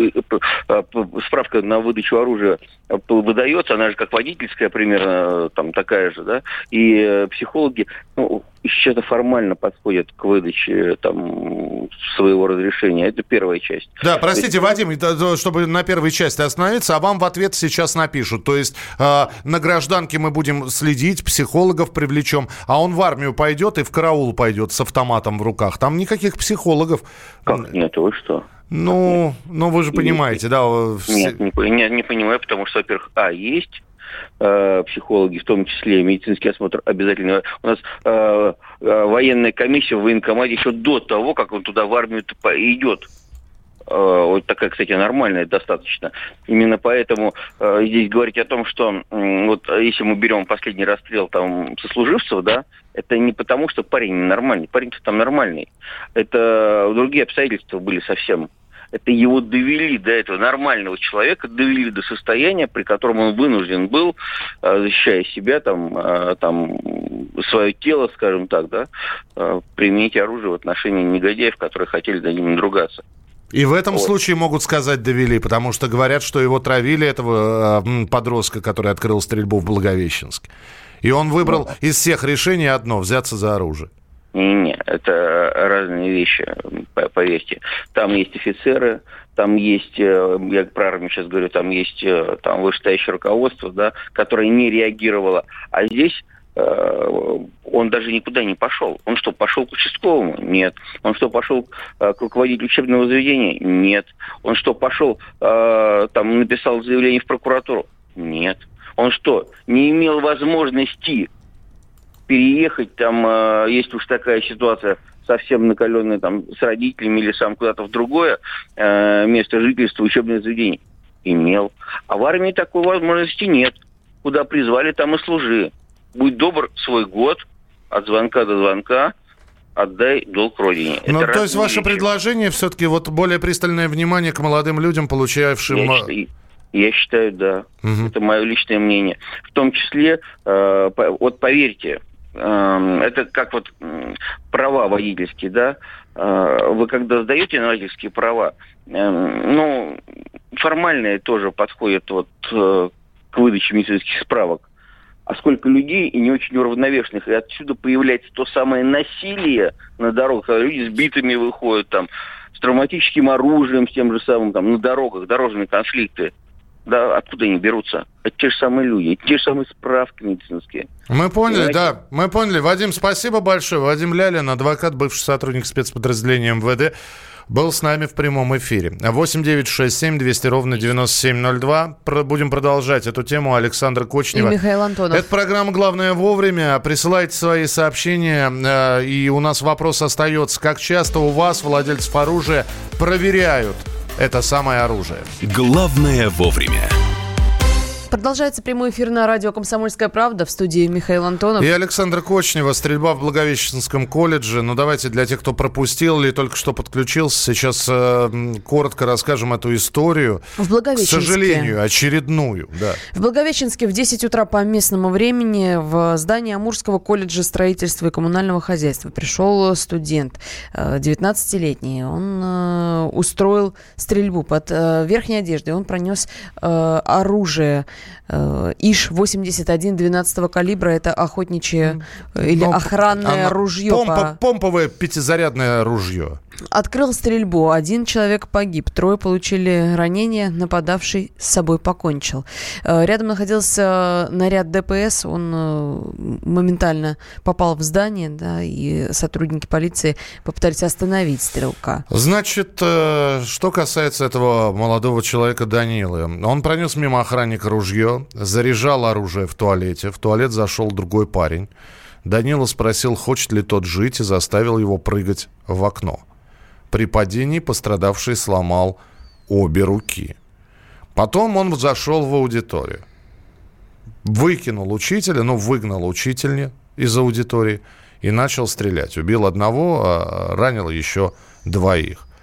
справка на выдачу оружия выдается, она же как водительская примерно, там такая же, да, и психологи, еще формально подходят к выдаче там своего разрешения. Это первая часть. Да, простите, Вадим, чтобы на первой части остановиться, а вам в ответ сейчас напишут. То есть на гражданке мы будем следить, психологов привлечем, а он в армию пойдет и в караул пойдет с автоматом в руках. Там никаких психологов. Как нет, вы что? Ну вы же понимаете, да? Нет, не понимаю, потому что, во-первых, есть психологи, в том числе медицинский осмотр обязательно. У нас военная комиссия в военкомате еще до того, как он туда в армию идет. Вот такая, кстати, нормальная достаточно. Именно поэтому здесь говорить о том, что вот если мы берем последний расстрел там сослуживцев, да, это не потому, что парень ненормальный. Парень-то там нормальный. Это другие обстоятельства были совсем. Это его довели до этого нормального человека, довели до состояния, при котором он вынужден был, защищая себя, там свое тело, скажем так, да, применить оружие в отношении негодяев, которые хотели над ним надругаться. И в этом случае могут сказать довели, потому что говорят, что его травили, этого подростка, который открыл стрельбу в Благовещенске. И он выбрал из всех решений одно – взяться за оружие. Не, это разные вещи, поверьте. Там есть офицеры, там есть, я про армию сейчас говорю, там есть там вышестоящее руководство, да, которое не реагировало. А здесь он даже никуда не пошел. Он что, пошел к участковому? Нет. Он что, пошел к руководителю учебного заведения? Нет. Он что, пошел, там, написал заявление в прокуратуру? Нет. Он что, не имел возможности переехать, там, есть уж такая ситуация, совсем накаленная, там, с родителями или сам куда-то в другое место жительства, учебное заведение? Имел. А в армии такой возможности нет. Куда призвали, там и служи. Будь добр, свой год, от звонка до звонка, отдай долг родине. Ну, то есть ваше предложение все-таки вот более пристальное внимание к молодым людям, получавшим... Я считаю, да. Угу. Это мое личное мнение. В том числе, вот поверьте, это как вот права водительские, да. Вы когда сдаете на водительские права, формальные тоже подходят вот к выдаче медицинских справок. А сколько людей и не очень уравновешенных. И отсюда появляется то самое насилие на дорогах, когда люди с битами выходят, там, с травматическим оружием, с тем же самым, там, на дорогах, дорожные конфликты. Да, откуда они берутся? Это те же самые люди, те же самые справки медицинские. Мы поняли, понимаете? Да, мы поняли. Вадим, спасибо большое. Вадим Лялин, адвокат, бывший сотрудник спецподразделения МВД, был с нами в прямом эфире. 8-967-200-97-02. Будем продолжать эту тему. Александр Кочнева. И Михаил Антонов. Это программа «Главное вовремя». Присылайте свои сообщения. И у нас вопрос остается. Как часто у вас, владельцев оружия, проверяют это самое оружие? Главное вовремя. Продолжается прямой эфир на радио «Комсомольская правда». В студии Михаил Антонов. И Александр Кочнева. Стрельба в Благовещенском колледже. Давайте для тех, кто пропустил или только что подключился, сейчас коротко расскажем эту историю. В Благовещенске. К сожалению, очередную. Да. В Благовещенске в 10 утра по местному времени в здание Амурского колледжа строительства и коммунального хозяйства пришел студент, 19-летний. Он устроил стрельбу под верхней одеждой. Он пронес оружие ИШ-81 12-го калибра. Это охотничье или охранное ружье. Помповое пятизарядное ружье. Открыл стрельбу. 1 человек погиб. 3 получили ранения. Нападавший с собой покончил. Рядом находился наряд ДПС. Он моментально попал в здание, да, и сотрудники полиции попытались остановить стрелка. Значит, что касается этого молодого человека Данилы. Он пронес мимо охранника ружье, заряжал оружие в туалете. В туалет зашел другой парень. Данила спросил, хочет ли тот жить, и заставил его прыгать в окно. При падении пострадавший сломал обе руки. Потом он зашел в аудиторию. Выкинул учителя, выгнал учительню из аудитории и начал стрелять. Убил одного, ранил еще 2.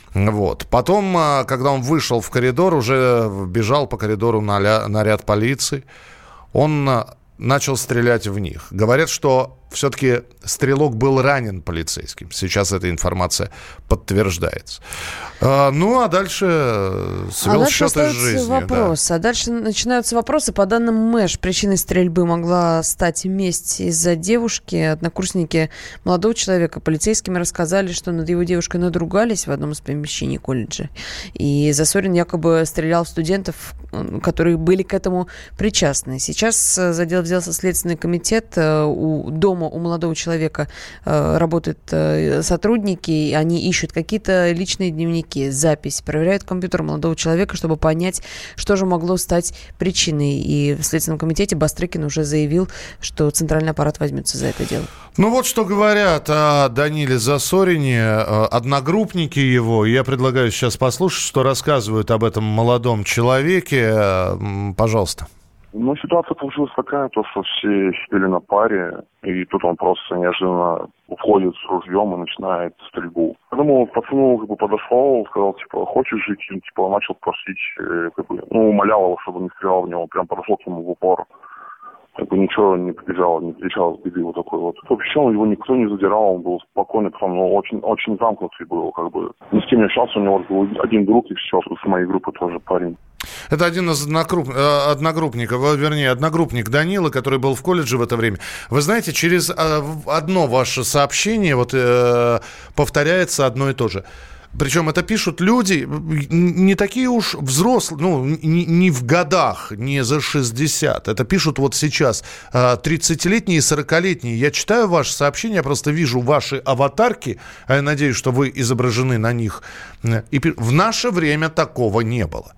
Вот. Потом, когда он вышел в коридор, уже бежал по коридору наряд полиции, он начал стрелять в них. Говорят, что все-таки стрелок был ранен полицейским. Сейчас эта информация подтверждается. Ну, а дальше свел счеты с жизнью. Вопрос. Да. А дальше начинаются вопросы. По данным МЭШ, причиной стрельбы могла стать месть из-за девушки. Однокурсники молодого человека полицейскими рассказали, что над его девушкой надругались в одном из помещений колледжа. И Засорин якобы стрелял в студентов, которые были к этому причастны. Сейчас за дело взялся Следственный комитет. У дома у молодого человека работают сотрудники, и они ищут какие-то личные дневники, запись, проверяют компьютер молодого человека, чтобы понять, что же могло стать причиной. И в Следственном комитете Бастрыкин уже заявил, что центральный аппарат возьмется за это дело. Ну вот что говорят о Даниле Засорине одногруппники его. Я предлагаю сейчас послушать, что рассказывают об этом молодом человеке. Пожалуйста. Ну, ситуация получилась такая, то, что все сидели на паре, и тут он просто неожиданно уходит с ружьем и начинает стрельбу. Поэтому пацану подошел, сказал, хочешь жить? Он начал просить, умолял его, чтобы не стрелял в него, прям подошел к нему в упор. Ничего не побежал, не кричал с беды вот такой вот. Вообще его никто не задирал, он был спокойный, потом, очень, очень замкнутый был, Ни с кем не общался, у него был один друг, и все, с моей группы тоже парень. Это один из одногруппников, вернее, одногруппник Данила, который был в колледже в это время. Вы знаете, через одно ваше сообщение повторяется одно и то же. Причем это пишут люди не такие уж взрослые, не в годах, не за 60. Это пишут вот сейчас 30-летние и 40-летние. Я читаю ваши сообщения, я просто вижу ваши аватарки, а я надеюсь, что вы изображены на них. И в наше время такого не было.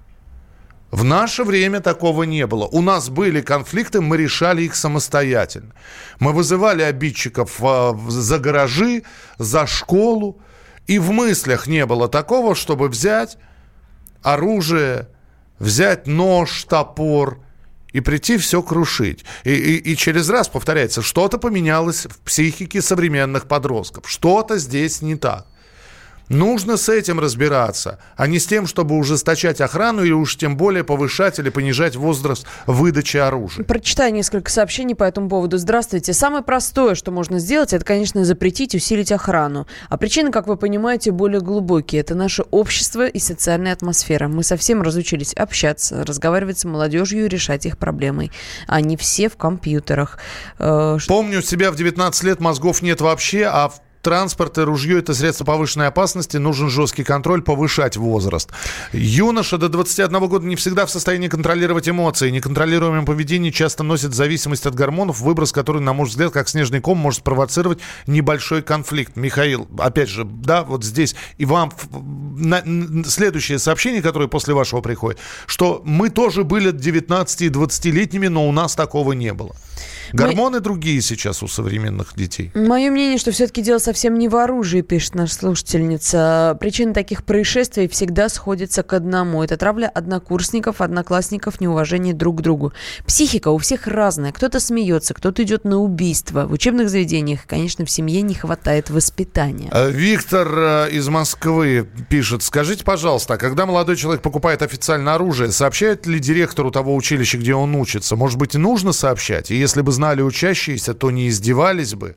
В наше время такого не было. У нас были конфликты, мы решали их самостоятельно. Мы вызывали обидчиков за гаражи, за школу. И в мыслях не было такого, чтобы взять оружие, взять нож, топор и прийти все крушить. И через раз повторяется, что-то поменялось в психике современных подростков. Что-то здесь не так. Нужно с этим разбираться, а не с тем, чтобы ужесточать охрану или уж тем более повышать или понижать возраст выдачи оружия. Прочитаю несколько сообщений по этому поводу. Здравствуйте. Самое простое, что можно сделать, это, конечно, запретить, усилить охрану. А причины, как вы понимаете, более глубокие. Это наше общество и социальная атмосфера. Мы совсем разучились общаться, разговаривать с молодежью и решать их проблемы. Они все в компьютерах. Помню себя в 19 лет, мозгов нет вообще, а в транспорт и ружье – это средство повышенной опасности, нужен жесткий контроль, повышать возраст. Юноша до 21 года не всегда в состоянии контролировать эмоции. Неконтролируемое поведение часто носит зависимость от гормонов, выброс который, на мой взгляд, как снежный ком, может спровоцировать небольшой конфликт. Михаил, опять же, да, вот здесь. И вам следующее сообщение, которое после вашего приходит, что мы тоже были 19- и 20-летними, но у нас такого не было. Гормоны другие сейчас у современных детей. Мое мнение, что все-таки дело совсем не в оружии, пишет наша слушательница. Причины таких происшествий всегда сходятся к одному. Это травля однокурсников, одноклассников, неуважение друг к другу. Психика у всех разная. Кто-то смеется, кто-то идет на убийство. В учебных заведениях, конечно, в семье не хватает воспитания. Виктор из Москвы пишет. Скажите, пожалуйста, а когда молодой человек покупает официальное оружие, сообщает ли директору того училища, где он учится? Может быть, и нужно сообщать? И если бы знали учащиеся, то не издевались бы.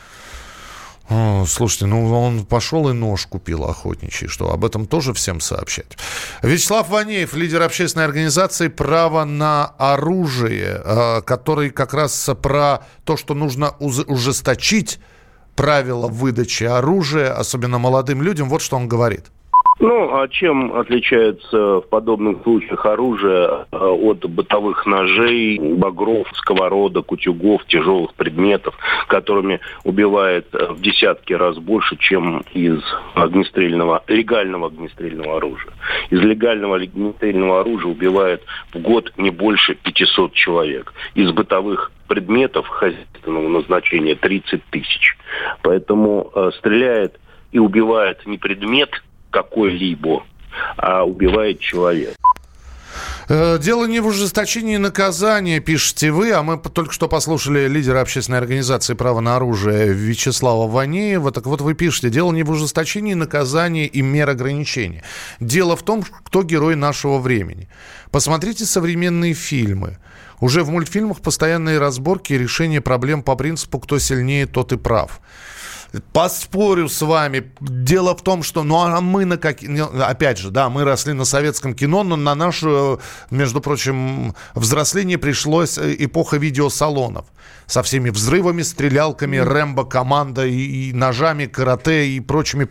Слушайте, он пошел и нож купил охотничий, что об этом тоже всем сообщать. Вячеслав Ванеев, лидер общественной организации «Право на оружие», который как раз про то, что нужно ужесточить правила выдачи оружия, особенно молодым людям, вот что он говорит. А чем отличается в подобных случаях оружие от бытовых ножей, багров, сковородок, утюгов, тяжелых предметов, которыми убивает в десятки раз больше, чем из легального огнестрельного оружия. Из легального огнестрельного оружия убивает в год не больше 500 человек. Из бытовых предметов хозяйственного назначения 30 тысяч. Поэтому стреляет и убивает не предмет какой-либо, а убивает человек. Дело не в ужесточении наказания, пишете вы, а мы только что послушали лидера общественной организации «Право на оружие» Вячеслава Ванеева. Так вот вы пишете, дело не в ужесточении наказания и мер ограничения. Дело в том, кто герой нашего времени. Посмотрите современные фильмы. Уже в мультфильмах постоянные разборки и решение проблем по принципу «кто сильнее, тот и прав». Поспорю с вами. Дело в том, что... Опять же, да, мы росли на советском кино, но на наше, между прочим, взросление пришлось эпоха видеосалонов. Со всеми взрывами, стрелялками, Рэмбо, команда и ножами, карате и прочими.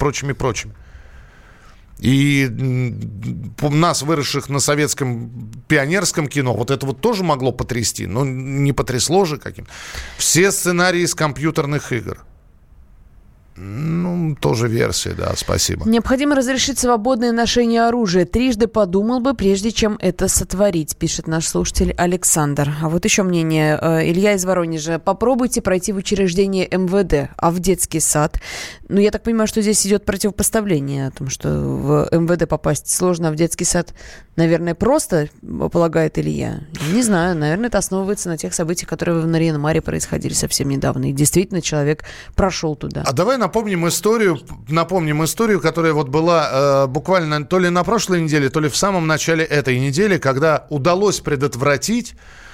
И нас, выросших на советском пионерском кино, вот это вот тоже могло потрясти. Но не потрясло же каким. Все сценарии из компьютерных игр. Тоже версия, да, спасибо. Необходимо разрешить свободное ношение оружия. Трижды подумал бы, прежде чем это сотворить, пишет наш слушатель Александр. А вот еще мнение. Илья из Воронежа. Попробуйте пройти в учреждение МВД, а в детский сад. Я так понимаю, что здесь идет противопоставление о том, что в МВД попасть сложно, а в детский сад, наверное, просто, полагает Илья. Не знаю, наверное, это основывается на тех событиях, которые в Нарьян-Маре происходили совсем недавно. И действительно человек прошел туда. А давай напомним историю, которая вот была буквально то ли на прошлой неделе, то ли в самом начале этой недели, когда удалось предотвратить,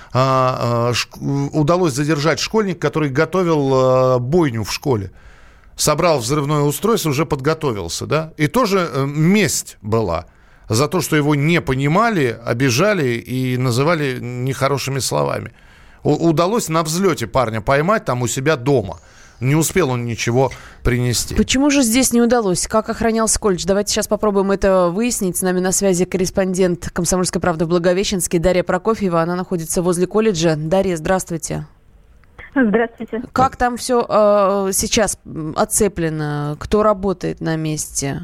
удалось задержать школьника, который готовил бойню в школе. Собрал взрывное устройство, уже подготовился, да? И тоже месть была за то, что его не понимали, обижали и называли нехорошими словами. Удалось на взлете парня поймать там у себя дома. Не успел он ничего принести. Почему же здесь не удалось? Как охранялся колледж? Давайте сейчас попробуем это выяснить. С нами на связи корреспондент «Комсомольской правды» в Благовещенске Дарья Прокофьева. Она находится возле колледжа. Дарья, здравствуйте. Здравствуйте. Как там все сейчас оцеплено? Кто работает на месте?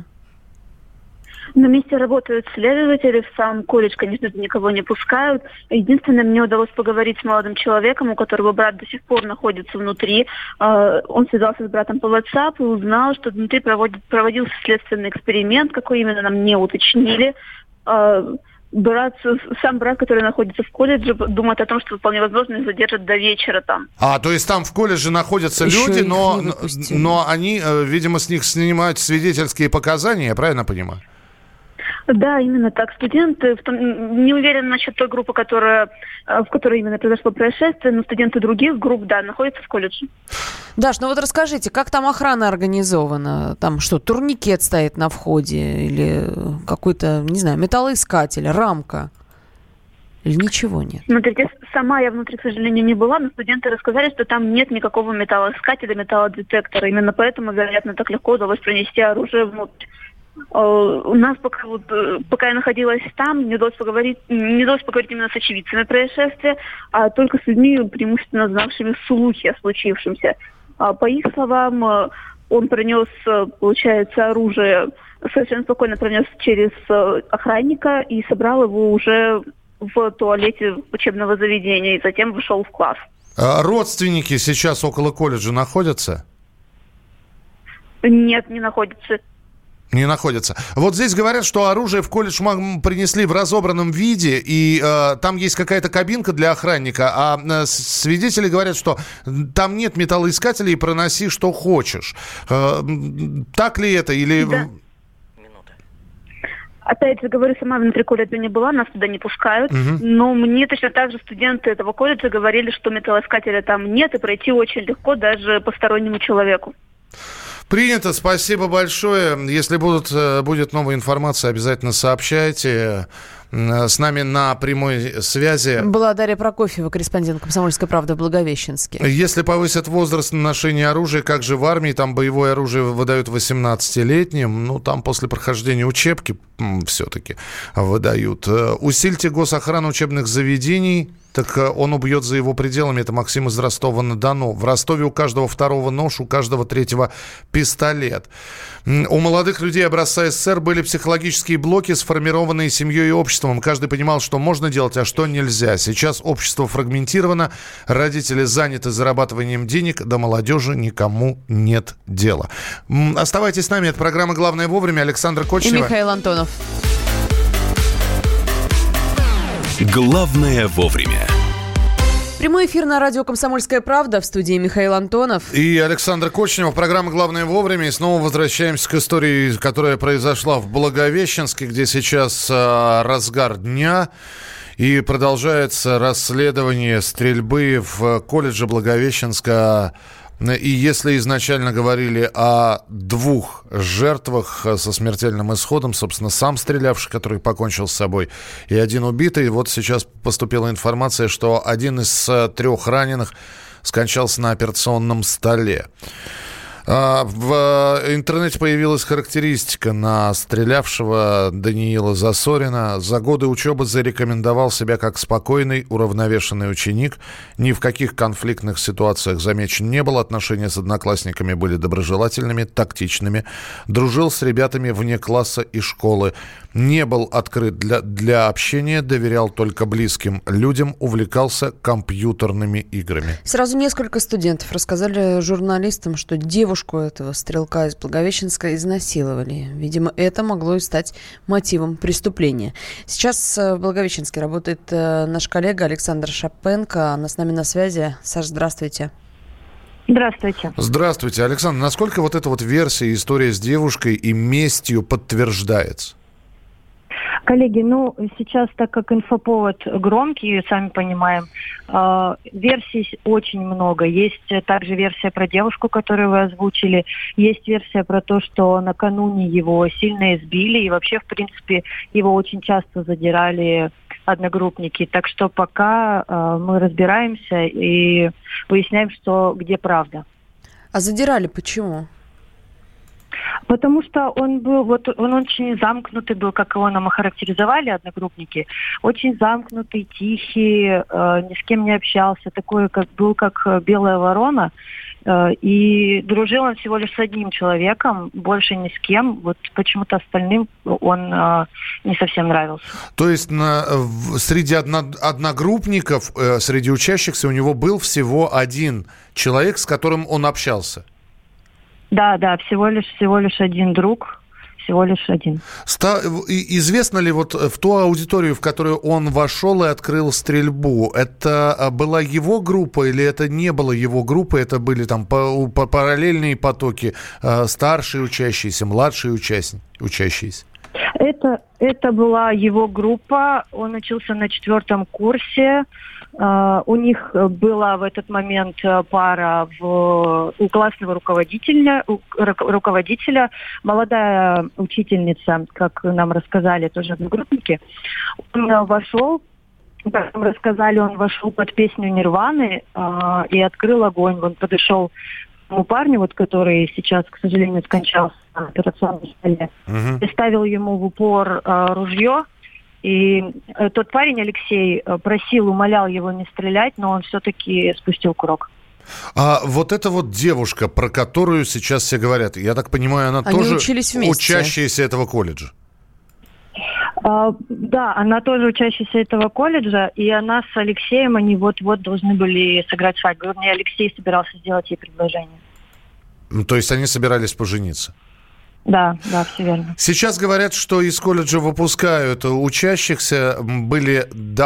На месте работают следователи, в сам колледж, конечно, никого не пускают. Единственное, мне удалось поговорить с молодым человеком, у которого брат до сих пор находится внутри. Он связался с братом по WhatsApp и узнал, что внутри проводился следственный эксперимент, какой именно нам не уточнили. Сам брат, который находится в колледже, думает о том, что вполне возможно задержат до вечера там. То есть там в колледже находятся люди, но они, видимо, с них снимают свидетельские показания, я правильно понимаю? Да, именно так. Студенты, не уверен насчет той группы, в которой именно произошло происшествие, но студенты других групп, да, находятся в колледже. Даш, вот расскажите, как там охрана организована? Там что, турникет стоит на входе или какой-то, не знаю, металлоискатель, рамка? Или ничего нет? Смотрите, сама я внутри, к сожалению, не была, но студенты рассказали, что там нет никакого металлоискателя, металлодетектора. Именно поэтому, вероятно, так легко удалось пронести оружие внутрь. У нас пока я находилась там, не удалось поговорить именно с очевидцами происшествия, а только с людьми, преимущественно знавшими слухи о случившемся. По их словам, он пронес, получается, оружие, совершенно спокойно пронес через охранника и собрал его уже в туалете учебного заведения, и затем вышел в класс. Родственники сейчас около колледжа находятся? Нет, не находятся. Не находятся. Вот здесь говорят, что оружие в колледж принесли в разобранном виде, и там есть какая-то кабинка для охранника, а свидетели говорят, что там нет металлоискателей, и проноси, что хочешь. Так ли это? Или... Да. Опять же, говорю, сама внутри колледжа не была, нас туда не пускают, но мне точно так же студенты этого колледжа говорили, что металлоискателя там нет, и пройти очень легко даже постороннему человеку. Принято, спасибо большое. Если будет новая информация, обязательно сообщайте. С нами на прямой связи была Дарья Прокофьева, корреспондент «Комсомольской правды» в Благовещенске. Если повысят возраст ношения оружия, как же в армии, там боевое оружие выдают 18-летним, там после прохождения учебки все-таки выдают. Усильте госохрану учебных заведений, так он убьет за его пределами. Это Максим из Ростова-на-Дону. В Ростове у каждого второго нож, у каждого третьего пистолет. У молодых людей образца СССР были психологические блоки, сформированные семьей и обществом. Каждый понимал, что можно делать, а что нельзя. Сейчас общество фрагментировано, родители заняты зарабатыванием денег, до молодежи никому нет дела. Оставайтесь с нами, это программа «Главное вовремя». Александр Кочнева и Михаил Антонов. Главное вовремя. Прямой эфир на радио «Комсомольская правда», в студии Михаил Антонов. И Александр Кочнев. Программа «Главное вовремя». И снова возвращаемся к истории, которая произошла в Благовещенске, где сейчас разгар дня. И продолжается расследование стрельбы в колледже Благовещенска. И если изначально говорили о 2 жертвах со смертельным исходом, собственно, сам стрелявший, который покончил с собой, и 1 убитый, вот сейчас поступила информация, что 1 из 3 раненых скончался на операционном столе. В интернете появилась характеристика на стрелявшего Даниила Засорина. За годы учебы зарекомендовал себя как спокойный, уравновешенный ученик. Ни в каких конфликтных ситуациях замечен не был. Отношения с одноклассниками были доброжелательными, тактичными. Дружил с ребятами вне класса и школы. Не был открыт для общения, доверял только близким людям, увлекался компьютерными играми. Сразу несколько студентов рассказали журналистам, что девушку этого стрелка из Благовещенска изнасиловали. Видимо, это могло и стать мотивом преступления. Сейчас в Благовещенске работает наш коллега Александр Шапенко. Она с нами на связи. Саш, здравствуйте. Здравствуйте. Здравствуйте. Александр, насколько вот эта вот версия, история с девушкой и местью подтверждается? Коллеги, сейчас, так как инфоповод громкий, сами понимаем, версий очень много. Есть также версия про девушку, которую вы озвучили. Есть версия про то, что накануне его сильно избили. И вообще, в принципе, его очень часто задирали одногруппники. Так что пока мы разбираемся и выясняем, где правда. А задирали почему? Потому что он очень замкнутый был, как его нам охарактеризовали одногруппники. Очень замкнутый, тихий, ни с кем не общался, такой, как белая ворона. И дружил он всего лишь с одним человеком, больше ни с кем. Вот почему-то остальным он не совсем нравился. То есть среди одногруппников, среди учащихся у него был всего 1 человек, с которым он общался? Да, всего лишь 1 друг, всего лишь 1. Известно ли вот в ту аудиторию, в которую он вошел и открыл стрельбу, это была его группа или это не была его группа, это были там параллельные потоки, старшие учащиеся, младшие учащиеся? Это была его группа, он учился на 4 курсе. У них была в этот момент пара у классного руководителя, молодая учительница, как нам рассказали, тоже одногруппники. Он вошел, как нам рассказали, он вошел под песню Нирваны и открыл огонь. Он подошел к тому парню, который сейчас, к сожалению, скончался на операционном столе, и ставил ему в упор ружье. И тот парень, Алексей, умолял его не стрелять, но он все-таки спустил курок. А вот эта вот девушка, про которую сейчас все говорят, я так понимаю, она тоже учащаяся этого колледжа? Да, она тоже учащаяся этого колледжа, и она с Алексеем, они вот-вот должны были сыграть свадьбу. Вернее, Алексей собирался сделать ей предложение. То есть они собирались пожениться? Да, все верно. Сейчас говорят, что из колледжа выпускают учащихся, были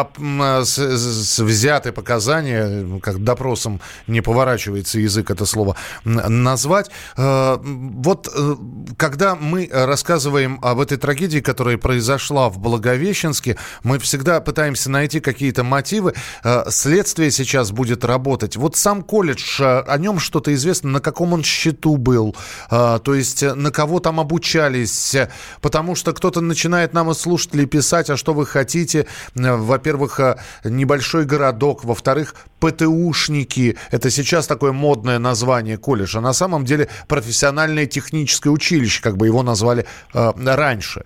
взяты показания, как допросом не поворачивается язык это слово назвать. Вот когда мы рассказываем об этой трагедии, которая произошла в Благовещенске, мы всегда пытаемся найти какие-то мотивы. Следствие сейчас будет работать. Вот сам колледж, о нем что-то известно, на каком он счету был, то есть на кого там обучались, потому что кто-то начинает нам из слушателей писать, а что вы хотите, во-первых, небольшой городок, во-вторых, ПТУшники, это сейчас такое модное название колледжа, на самом деле профессиональное техническое училище, как бы его назвали раньше.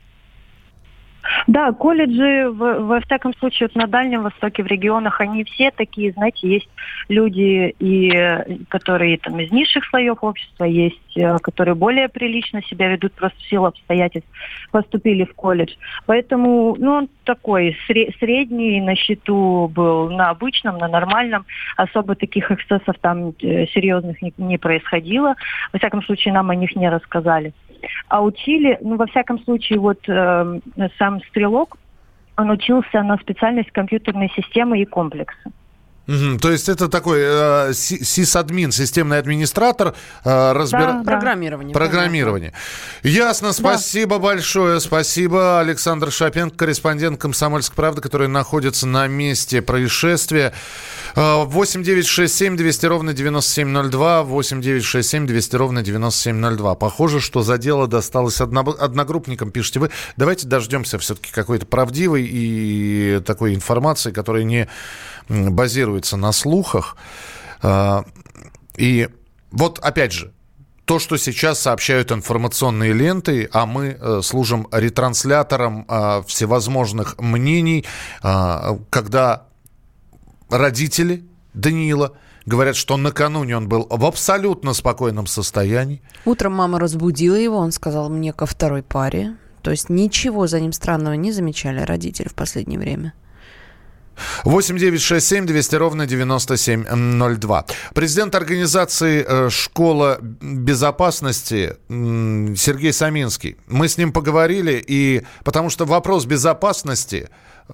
Да, колледжи, во всяком случае, на Дальнем Востоке, в регионах, они все такие, знаете, есть люди, которые там из низших слоев общества, есть, которые более прилично себя ведут, просто в силу обстоятельств поступили в колледж. Поэтому, он такой средний на счету был, на обычном, на нормальном, особо таких эксцессов там серьезных не происходило. Во всяком случае, нам о них не рассказали. А учили, во всяком случае, сам стрелок, он учился на специальность компьютерной системы и комплексы. То есть это такой сисадмин, системный администратор, программирование. Ясно, спасибо большое. Спасибо. Александр Шапенко, корреспондент «Комсомольской правды», который находится на месте происшествия. 8-967-200-97-02, 8-967-200-97-02. Похоже, что за дело досталось одногруппникам, пишете вы. Давайте дождемся все-таки какой-то правдивой и такой информации, которая не базируется на слухах. И вот опять же, то, что сейчас сообщают информационные ленты, а мы служим ретранслятором всевозможных мнений, когда родители Даниила говорят, что накануне он был в абсолютно спокойном состоянии. Утром мама разбудила его, он сказал мне ко второй паре. То есть ничего за ним странного не замечали родители в последнее время. 8-967-200-97-02. Президент организации «Школа безопасности» Сергей Саминский. Мы с ним поговорили, и потому что вопрос безопасности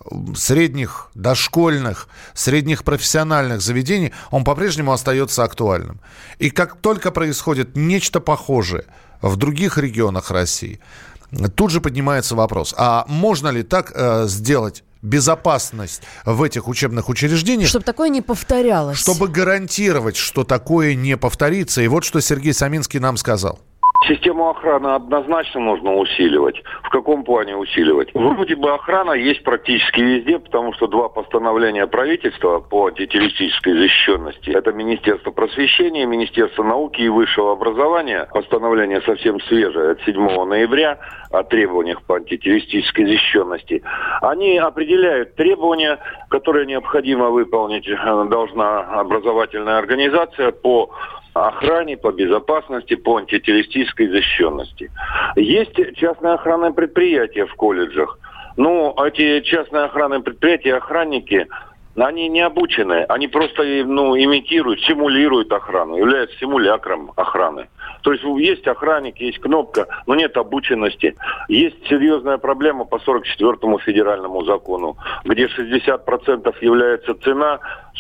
средних, дошкольных, средних профессиональных заведений, он по-прежнему остается актуальным. И как только происходит нечто похожее в других регионах России, тут же поднимается вопрос, а можно ли так сделать безопасность в этих учебных учреждениях? Чтобы такое не повторялось. Чтобы гарантировать, что такое не повторится. И вот что Сергей Саминский нам сказал. Систему охраны однозначно нужно усиливать. В каком плане усиливать? Вроде бы охрана есть практически везде, потому что 2 постановления правительства по антитеррористической защищенности. Это Министерство просвещения, Министерство науки и высшего образования. Постановление совсем свежее, от 7 ноября, о требованиях по антитеррористической защищенности. Они определяют требования, которые необходимо выполнить должна образовательная организация по охране, по безопасности, по антитеррористической защищенности. Есть частные охранные предприятия в колледжах. Но эти частные охранные предприятия, охранники, они не обучены. Они просто имитируют, симулируют охрану, являются симулякром охраны. То есть есть охранник, есть кнопка, но нет обученности. Есть серьезная проблема по 44-му федеральному закону, где 60% является цена,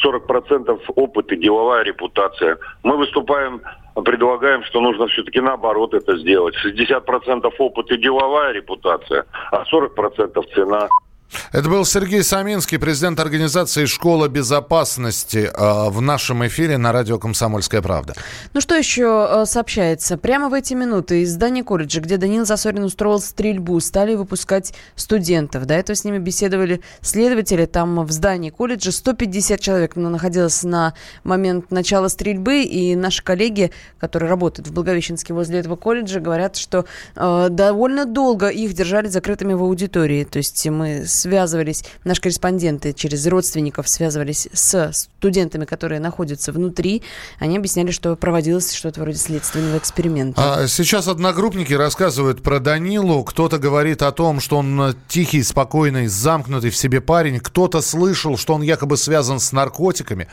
40% опыт и деловая репутация. Мы предлагаем, что нужно все-таки наоборот это сделать. 60% опыт и деловая репутация, а 40% цена. Это был Сергей Саминский, президент организации «Школа безопасности» в нашем эфире на радио «Комсомольская правда». Ну что еще сообщается? Прямо в эти минуты из здания колледжа, где Даниил Засорин устроил стрельбу, стали выпускать студентов. До этого с ними беседовали следователи. Там в здании колледжа 150 человек находилось на момент начала стрельбы. И наши коллеги, которые работают в Благовещенске возле этого колледжа, говорят, что довольно долго их держали закрытыми в аудитории. То есть мы связывались, наши корреспонденты через родственников связывались с студентами, которые находятся внутри. Они объясняли, что проводилось что-то вроде следственного эксперимента. Сейчас одногруппники рассказывают про Данилу. Кто-то говорит о том, что он тихий, спокойный, замкнутый в себе парень. Кто-то слышал, что он якобы связан с наркотиками.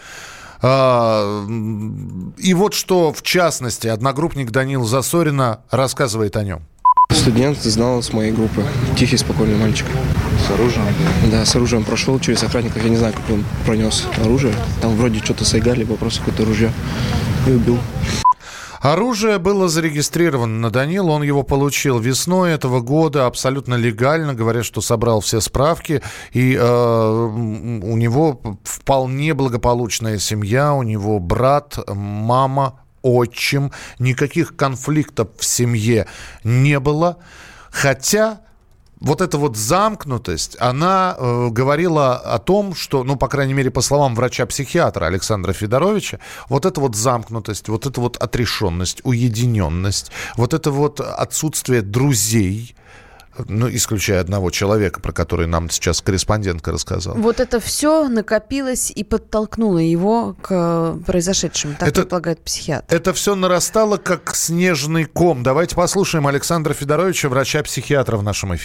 И вот что, в частности, одногруппник Данила Засорина рассказывает о нем. Студент знал с моей группы. Тихий, спокойный мальчик. С оружием? Да, с оружием. Прошел через охранников. Я не знаю, как он пронес оружие. Там вроде что-то сайгали, просто какое-то ружье. И убил. Оружие было зарегистрировано на Данила. Он его получил весной этого года абсолютно легально. Говорят, что собрал все справки. И у него вполне благополучная семья. У него брат, мама, отчим. Никаких конфликтов в семье не было. Хотя вот эта вот замкнутость, она говорила о том, что, по крайней мере, по словам врача-психиатра Александра Федоровича, вот эта вот замкнутость, вот эта вот отрешенность, уединенность, вот это вот отсутствие друзей, исключая одного человека, про который нам сейчас корреспондентка рассказала. Вот это все накопилось и подтолкнуло его к произошедшему, так предполагает психиатр. Это все нарастало, как снежный ком. Давайте послушаем Александра Федоровича, врача-психиатра в нашем эфире.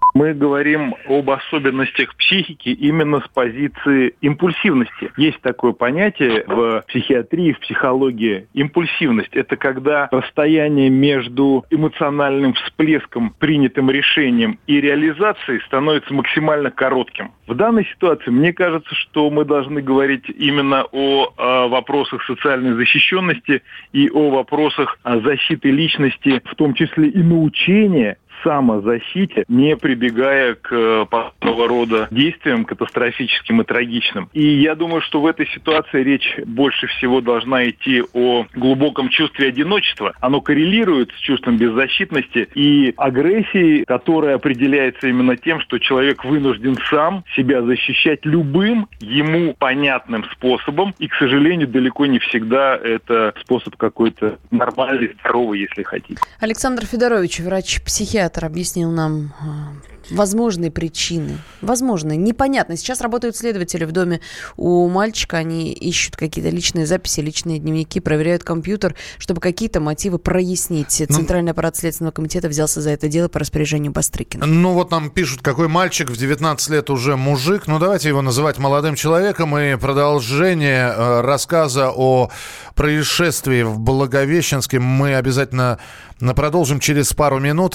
Мы говорим об особенностях психики именно с позиции импульсивности. Есть такое понятие в психиатрии, в психологии. Импульсивность – это когда расстояние между эмоциональным всплеском, принятым решением и реализацией становится максимально коротким. В данной ситуации, мне кажется, что мы должны говорить именно о вопросах социальной защищенности и о вопросах защиты личности, в том числе и научения самозащите, не прибегая к подобного рода действиям катастрофическим и трагичным. И я думаю, что в этой ситуации речь больше всего должна идти о глубоком чувстве одиночества. Оно коррелирует с чувством беззащитности и агрессией, которая определяется именно тем, что человек вынужден сам себя защищать любым ему понятным способом. И, к сожалению, далеко не всегда это способ какой-то нормальный, здоровый, если хотите. Александр Федорович, врач-психиатр, объяснил нам возможные причины. Возможно, непонятно. Сейчас работают следователи в доме у мальчика. Они ищут какие-то личные записи, личные дневники, проверяют компьютер, чтобы какие-то мотивы прояснить. Центральный аппарат Следственного комитета взялся за это дело по распоряжению Бастрыкина. Ну вот нам пишут, какой мальчик в 19 лет уже мужик. Ну давайте его называть молодым человеком. И продолжение рассказа о происшествии в Благовещенске мы обязательно продолжим через пару минут.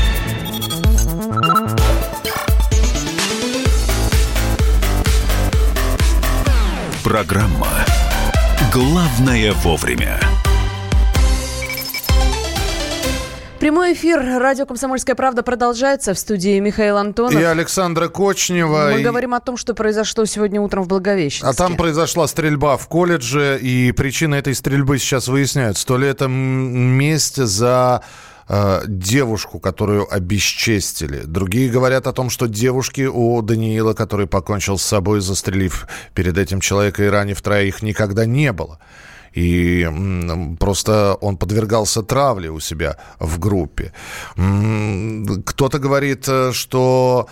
Программа «Главное вовремя». Прямой эфир радио «Комсомольская правда» продолжается. В студии Михаил Антонов. И Александра Кочнева. Мы говорим о том, что произошло сегодня утром в Благовещенске. А там произошла стрельба в колледже, и причины этой стрельбы сейчас выясняются. То ли это месть за девушку, которую обесчестили. Другие говорят о том, что девушки у Даниила, который покончил с собой, застрелив перед этим человека и ранив троих, никогда не было. И просто он подвергался травле у себя в группе. Кто-то говорит, что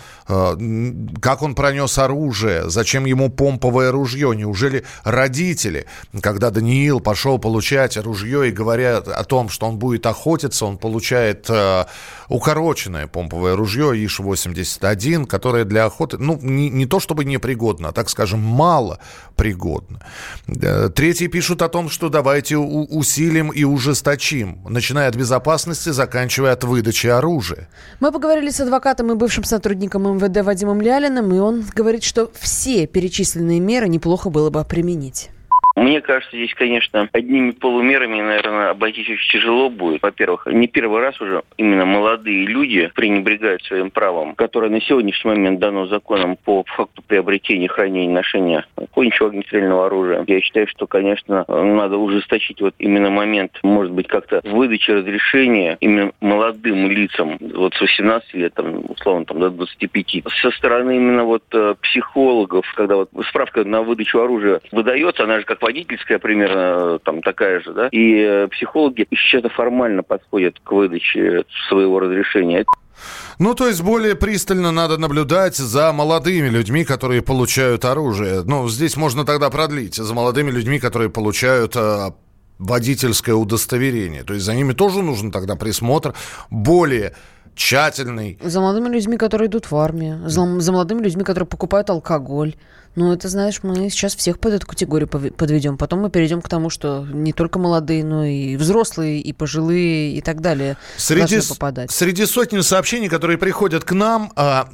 как он пронес оружие, зачем ему помповое ружье. Неужели родители, когда Даниил пошел получать ружье и говорят о том, что он будет охотиться, он получает укороченное помповое ружье ИШ-81, которое для охоты, не то чтобы непригодно, а, так скажем, мало пригодно. Третьи пишут о том, что давайте усилим и ужесточим, начиная от безопасности, заканчивая от выдачи оружия. Мы поговорили с адвокатом и бывшим сотрудником МВД Вадимом Лялиным, и он говорит, что все перечисленные меры неплохо было бы применить. Мне кажется, здесь, конечно, одними полумерами, наверное, обойтись очень тяжело будет. Во-первых, не первый раз уже именно молодые люди пренебрегают своим правом, которое на сегодняшний момент дано законом по факту приобретения, хранения, ношения охотничьего огнестрельного оружия. Я считаю, что, конечно, надо ужесточить вот именно момент, может быть, как-то выдачи разрешения именно молодым лицам, вот с 18 лет, условно, до 25. Со стороны именно вот психологов, когда вот справка на выдачу оружия выдается, она же как водительская примерно такая же, да, и психологи сейчас формально подходят к выдаче своего разрешения. То есть более пристально надо наблюдать за молодыми людьми, которые получают оружие. Здесь можно тогда продлить. За молодыми людьми, которые получают водительское удостоверение. То есть за ними тоже нужен тогда присмотр более тщательный. За молодыми людьми, которые идут в армию. За молодыми людьми, которые покупают алкоголь. Это, знаешь, мы сейчас всех под эту категорию подведем. Потом мы перейдем к тому, что не только молодые, но и взрослые, и пожилые, и так далее должны попадать. Среди сотен сообщений, которые приходят к нам,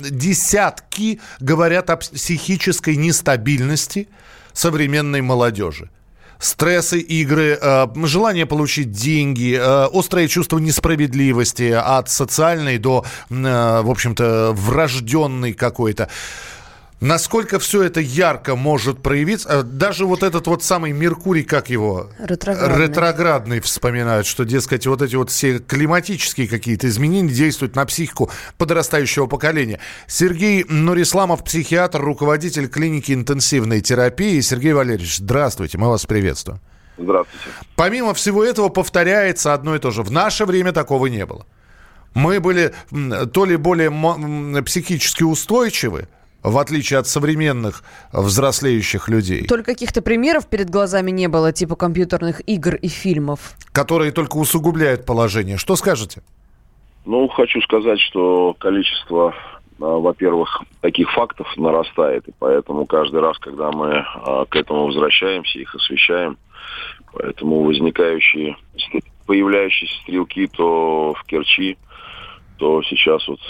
десятки говорят о психической нестабильности современной молодежи. Стрессы, игры, желание получить деньги, острое чувство несправедливости от социальной до, в общем-то, врожденной какой-то. Насколько все это ярко может проявиться? Даже вот этот вот самый Меркурий, как его? Ретроградный вспоминают, что, дескать, вот эти вот все климатические какие-то изменения действуют на психику подрастающего поколения. Сергей Нурисламов, психиатр, руководитель клиники интенсивной терапии. Сергей Валерьевич, здравствуйте, мы вас приветствуем. Здравствуйте. Помимо всего этого повторяется одно и то же. В наше время такого не было. Мы были то ли более психически устойчивы, в отличие от современных взрослеющих людей. Только каких-то примеров перед глазами не было, типа компьютерных игр и фильмов. Которые только усугубляют положение. Что скажете? Хочу сказать, что количество во-первых, таких фактов нарастает, и поэтому каждый раз, когда мы к этому возвращаемся, их освещаем, поэтому появляющиеся стрелки то в Керчи, то сейчас вот...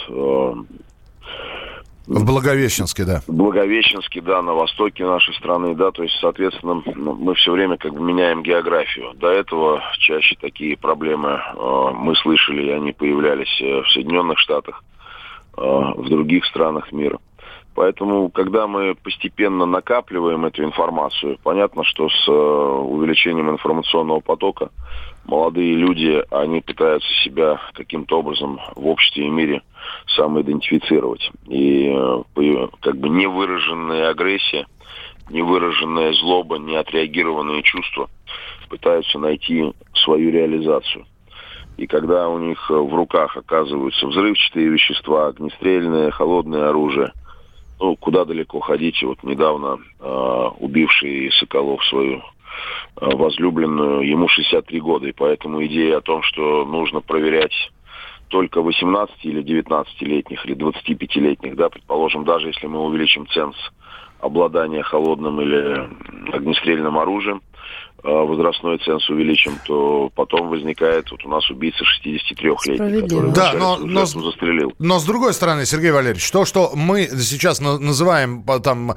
В Благовещенске, да. В Благовещенске, да, на востоке нашей страны, да, то есть, соответственно, мы все время как бы меняем географию. До этого чаще такие проблемы мы слышали, и они появлялись в Соединенных Штатах, в других странах мира. Поэтому, когда мы постепенно накапливаем эту информацию, понятно, что с увеличением информационного потока молодые люди, они пытаются себя каким-то образом в обществе и мире самоидентифицировать. И как бы невыраженная агрессия, невыраженная злоба, неотреагированные чувства пытаются найти свою реализацию. И когда у них в руках оказываются взрывчатые вещества, огнестрельное, холодное оружие, ну, куда далеко ходить? Вот недавно убивший Соколов свою возлюбленную, ему 63 года. И поэтому идея о том, что нужно проверять только 18 или 19-летних, или 25-летних, да, предположим, даже если мы увеличим ценз обладания холодным или огнестрельным оружием, возрастной ценз увеличим, то потом возникает вот у нас убийца 63-летний, который жертву застрелил. Но с другой стороны, Сергей Валерьевич, то, что мы сейчас называем там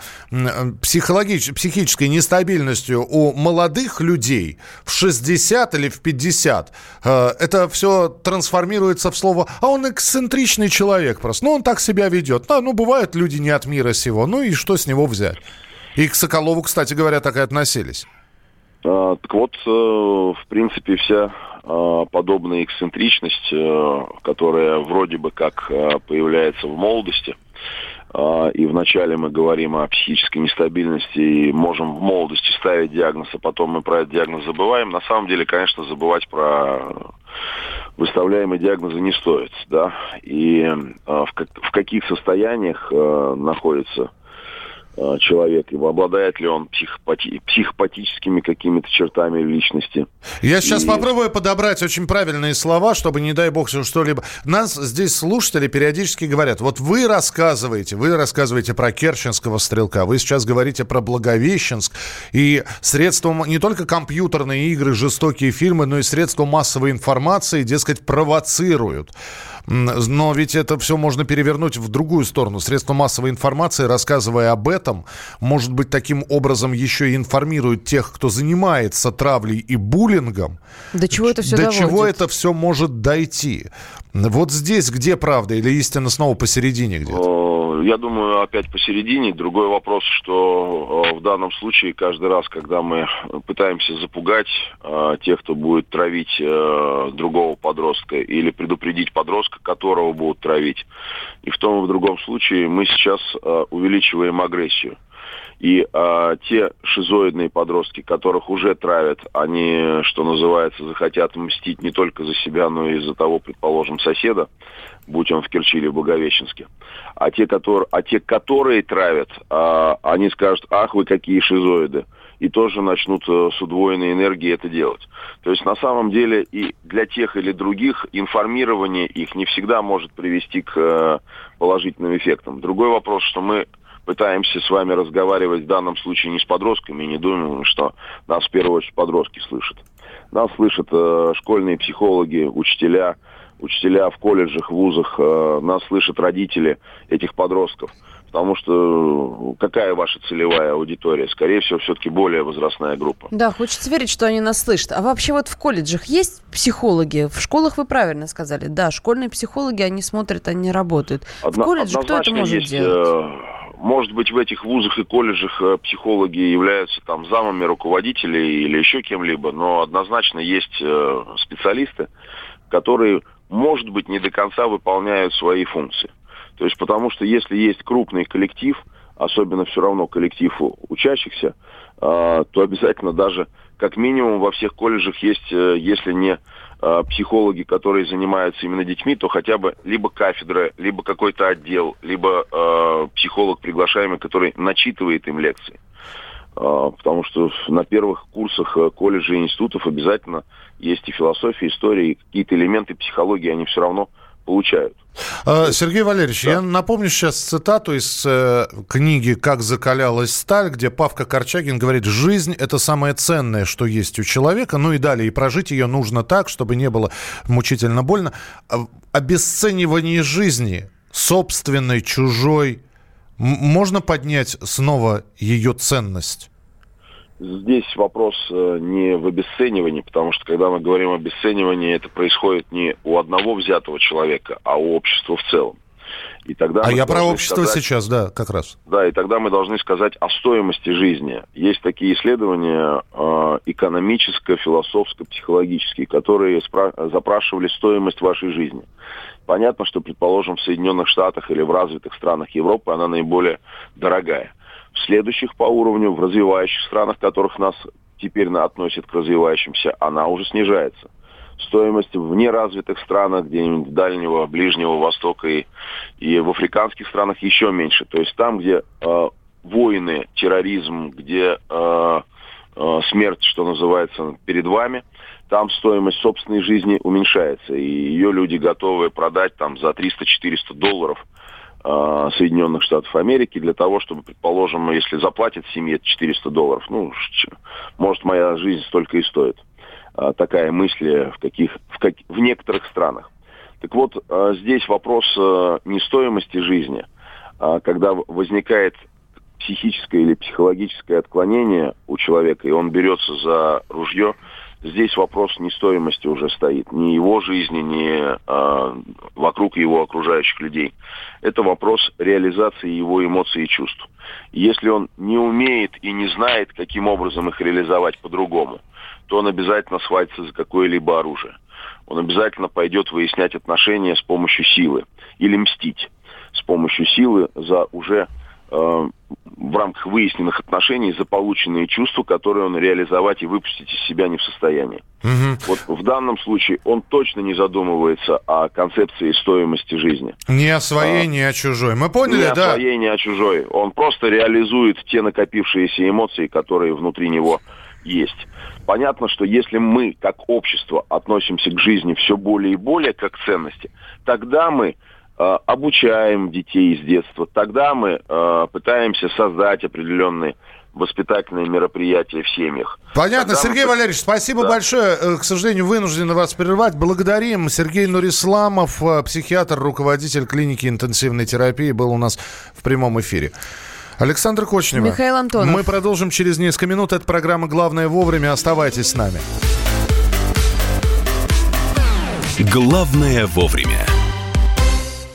психической нестабильностью у молодых людей в 60 или в 50, это все трансформируется в слово «а он эксцентричный человек просто, ну он так себя ведет». Ну, бывают люди не от мира сего, ну и что с него взять? И к Соколову, кстати говоря, так и относились. Так вот, в принципе, вся подобная эксцентричность, которая вроде бы как появляется в молодости, и вначале мы говорим о психической нестабильности и можем в молодости ставить диагноз, а потом мы про этот диагноз забываем. На самом деле, конечно, забывать про выставляемые диагнозы не стоит, да, и в каких состояниях находится человек, и обладает ли он психопатическими какими-то чертами личности. Я сейчас попробую подобрать очень правильные слова, чтобы, не дай бог, что-либо... Нас здесь слушатели периодически говорят, вот вы рассказываете про керченского стрелка, вы сейчас говорите про Благовещенск, и средством не только компьютерные игры, жестокие фильмы, но и средства массовой информации, дескать, провоцируют. Но ведь это все можно перевернуть в другую сторону. Средства массовой информации, рассказывая об этом, может быть, таким образом еще и информируют тех, кто занимается травлей и буллингом. До чего это все доводит? До чего это все может дойти? Вот здесь где правда или истина снова посередине где-то? Я думаю, опять посередине. Другой вопрос, что в данном случае каждый раз, когда мы пытаемся запугать тех, кто будет травить другого подростка или предупредить подростка, которого будут травить, и в том и в другом случае мы сейчас увеличиваем агрессию. И те шизоидные подростки, которых уже травят, они, что называется, захотят мстить не только за себя, но и за того, предположим, соседа, будь он в Керчи или в Благовещенске. А те, которые травят, они скажут: ах, вы какие шизоиды. И тоже начнут с удвоенной энергией это делать. То есть на самом деле и для тех или других информирование их не всегда может привести к положительным эффектам. Другой вопрос, что мы пытаемся с вами разговаривать в данном случае не с подростками, и не думаем, что нас в первую очередь подростки слышат. Нас слышат школьные психологи, учителя в колледжах, вузах, нас слышат родители этих подростков. Потому что какая ваша целевая аудитория? Скорее всего, все-таки более возрастная группа. Да, хочется верить, что они нас слышат. А вообще вот в колледжах есть психологи? В школах вы правильно сказали. Да, школьные психологи, они смотрят, они работают. В колледже кто это может делать? Может быть, в этих вузах и колледжах психологи являются там замами руководителей или еще кем-либо, но однозначно есть специалисты, которые, может быть, не до конца выполняют свои функции. То есть потому что если есть крупный коллектив, особенно все равно коллектив учащихся, то обязательно даже как минимум во всех колледжах есть, если не психологи, которые занимаются именно детьми, то хотя бы либо кафедра, либо какой-то отдел, либо психолог приглашаемый, который начитывает им лекции. Потому что на первых курсах колледжей и институтов обязательно есть и философия, история, и какие-то элементы психологии, они все равно получают. Сергей Валерьевич, я напомню сейчас цитату из книги «Как закалялась сталь», где Павка Корчагин говорит: «Жизнь – это самое ценное, что есть у человека». Ну и далее, и прожить ее нужно так, чтобы не было мучительно больно. Обесценивание жизни, собственной, чужой, можно поднять снова ее ценность? Здесь вопрос не в обесценивании, потому что когда мы говорим об обесценивании, это происходит не у одного взятого человека, а у общества в целом. И тогда я про общество сейчас, да, как раз. Да, и тогда мы должны сказать о стоимости жизни. Есть такие исследования экономическо-философско-психологические, которые запрашивали стоимость вашей жизни. Понятно, что, предположим, в Соединенных Штатах или в развитых странах Европы она наиболее дорогая. В следующих по уровню, в развивающих странах, которых нас теперь относят к развивающимся, она уже снижается. Стоимость в неразвитых странах, где-нибудь Дальнего, Ближнего Востока и в африканских странах еще меньше. То есть там, где войны, терроризм, где смерть, что называется, перед вами, там стоимость собственной жизни уменьшается. И ее люди готовы продать там за $300-400 Соединенных Штатов Америки для того, чтобы, предположим, если заплатит семье $400, ну, может, моя жизнь столько и стоит. Такая мысль в некоторых странах. Так вот, здесь вопрос не стоимости жизни, а когда возникает психическое или психологическое отклонение у человека, и он берется за ружье, здесь вопрос не стоимости уже стоит, ни его жизни, ни вокруг его окружающих людей. Это вопрос реализации его эмоций и чувств. Если он не умеет и не знает, каким образом их реализовать по-другому, то он обязательно схватится за какое-либо оружие. Он обязательно пойдет выяснять отношения с помощью силы или мстить с помощью силы за уже в рамках выясненных отношений за полученные чувства, которые он реализовать и выпустить из себя не в состоянии. Вот в данном случае он точно не задумывается о концепции стоимости жизни. Не о своей, не о чужой. Мы поняли, да? Не о своей, не о чужой. Он просто реализует те накопившиеся эмоции, которые внутри него есть. Понятно, что если мы, как общество, относимся к жизни все более и более как к ценности, тогда мы обучаем детей с детства, тогда мы пытаемся создать определенные воспитательные мероприятия в семьях. Понятно. Тогда Сергей Валерьевич, спасибо большое. К сожалению, вынуждены вас прервать. Благодарим. Сергей Нурисламов, психиатр, руководитель клиники интенсивной терапии, был у нас в прямом эфире. Александр Кочнева. Михаил Антонов. Мы продолжим через несколько минут. Это программа «Главное вовремя». Оставайтесь с нами. Главное вовремя.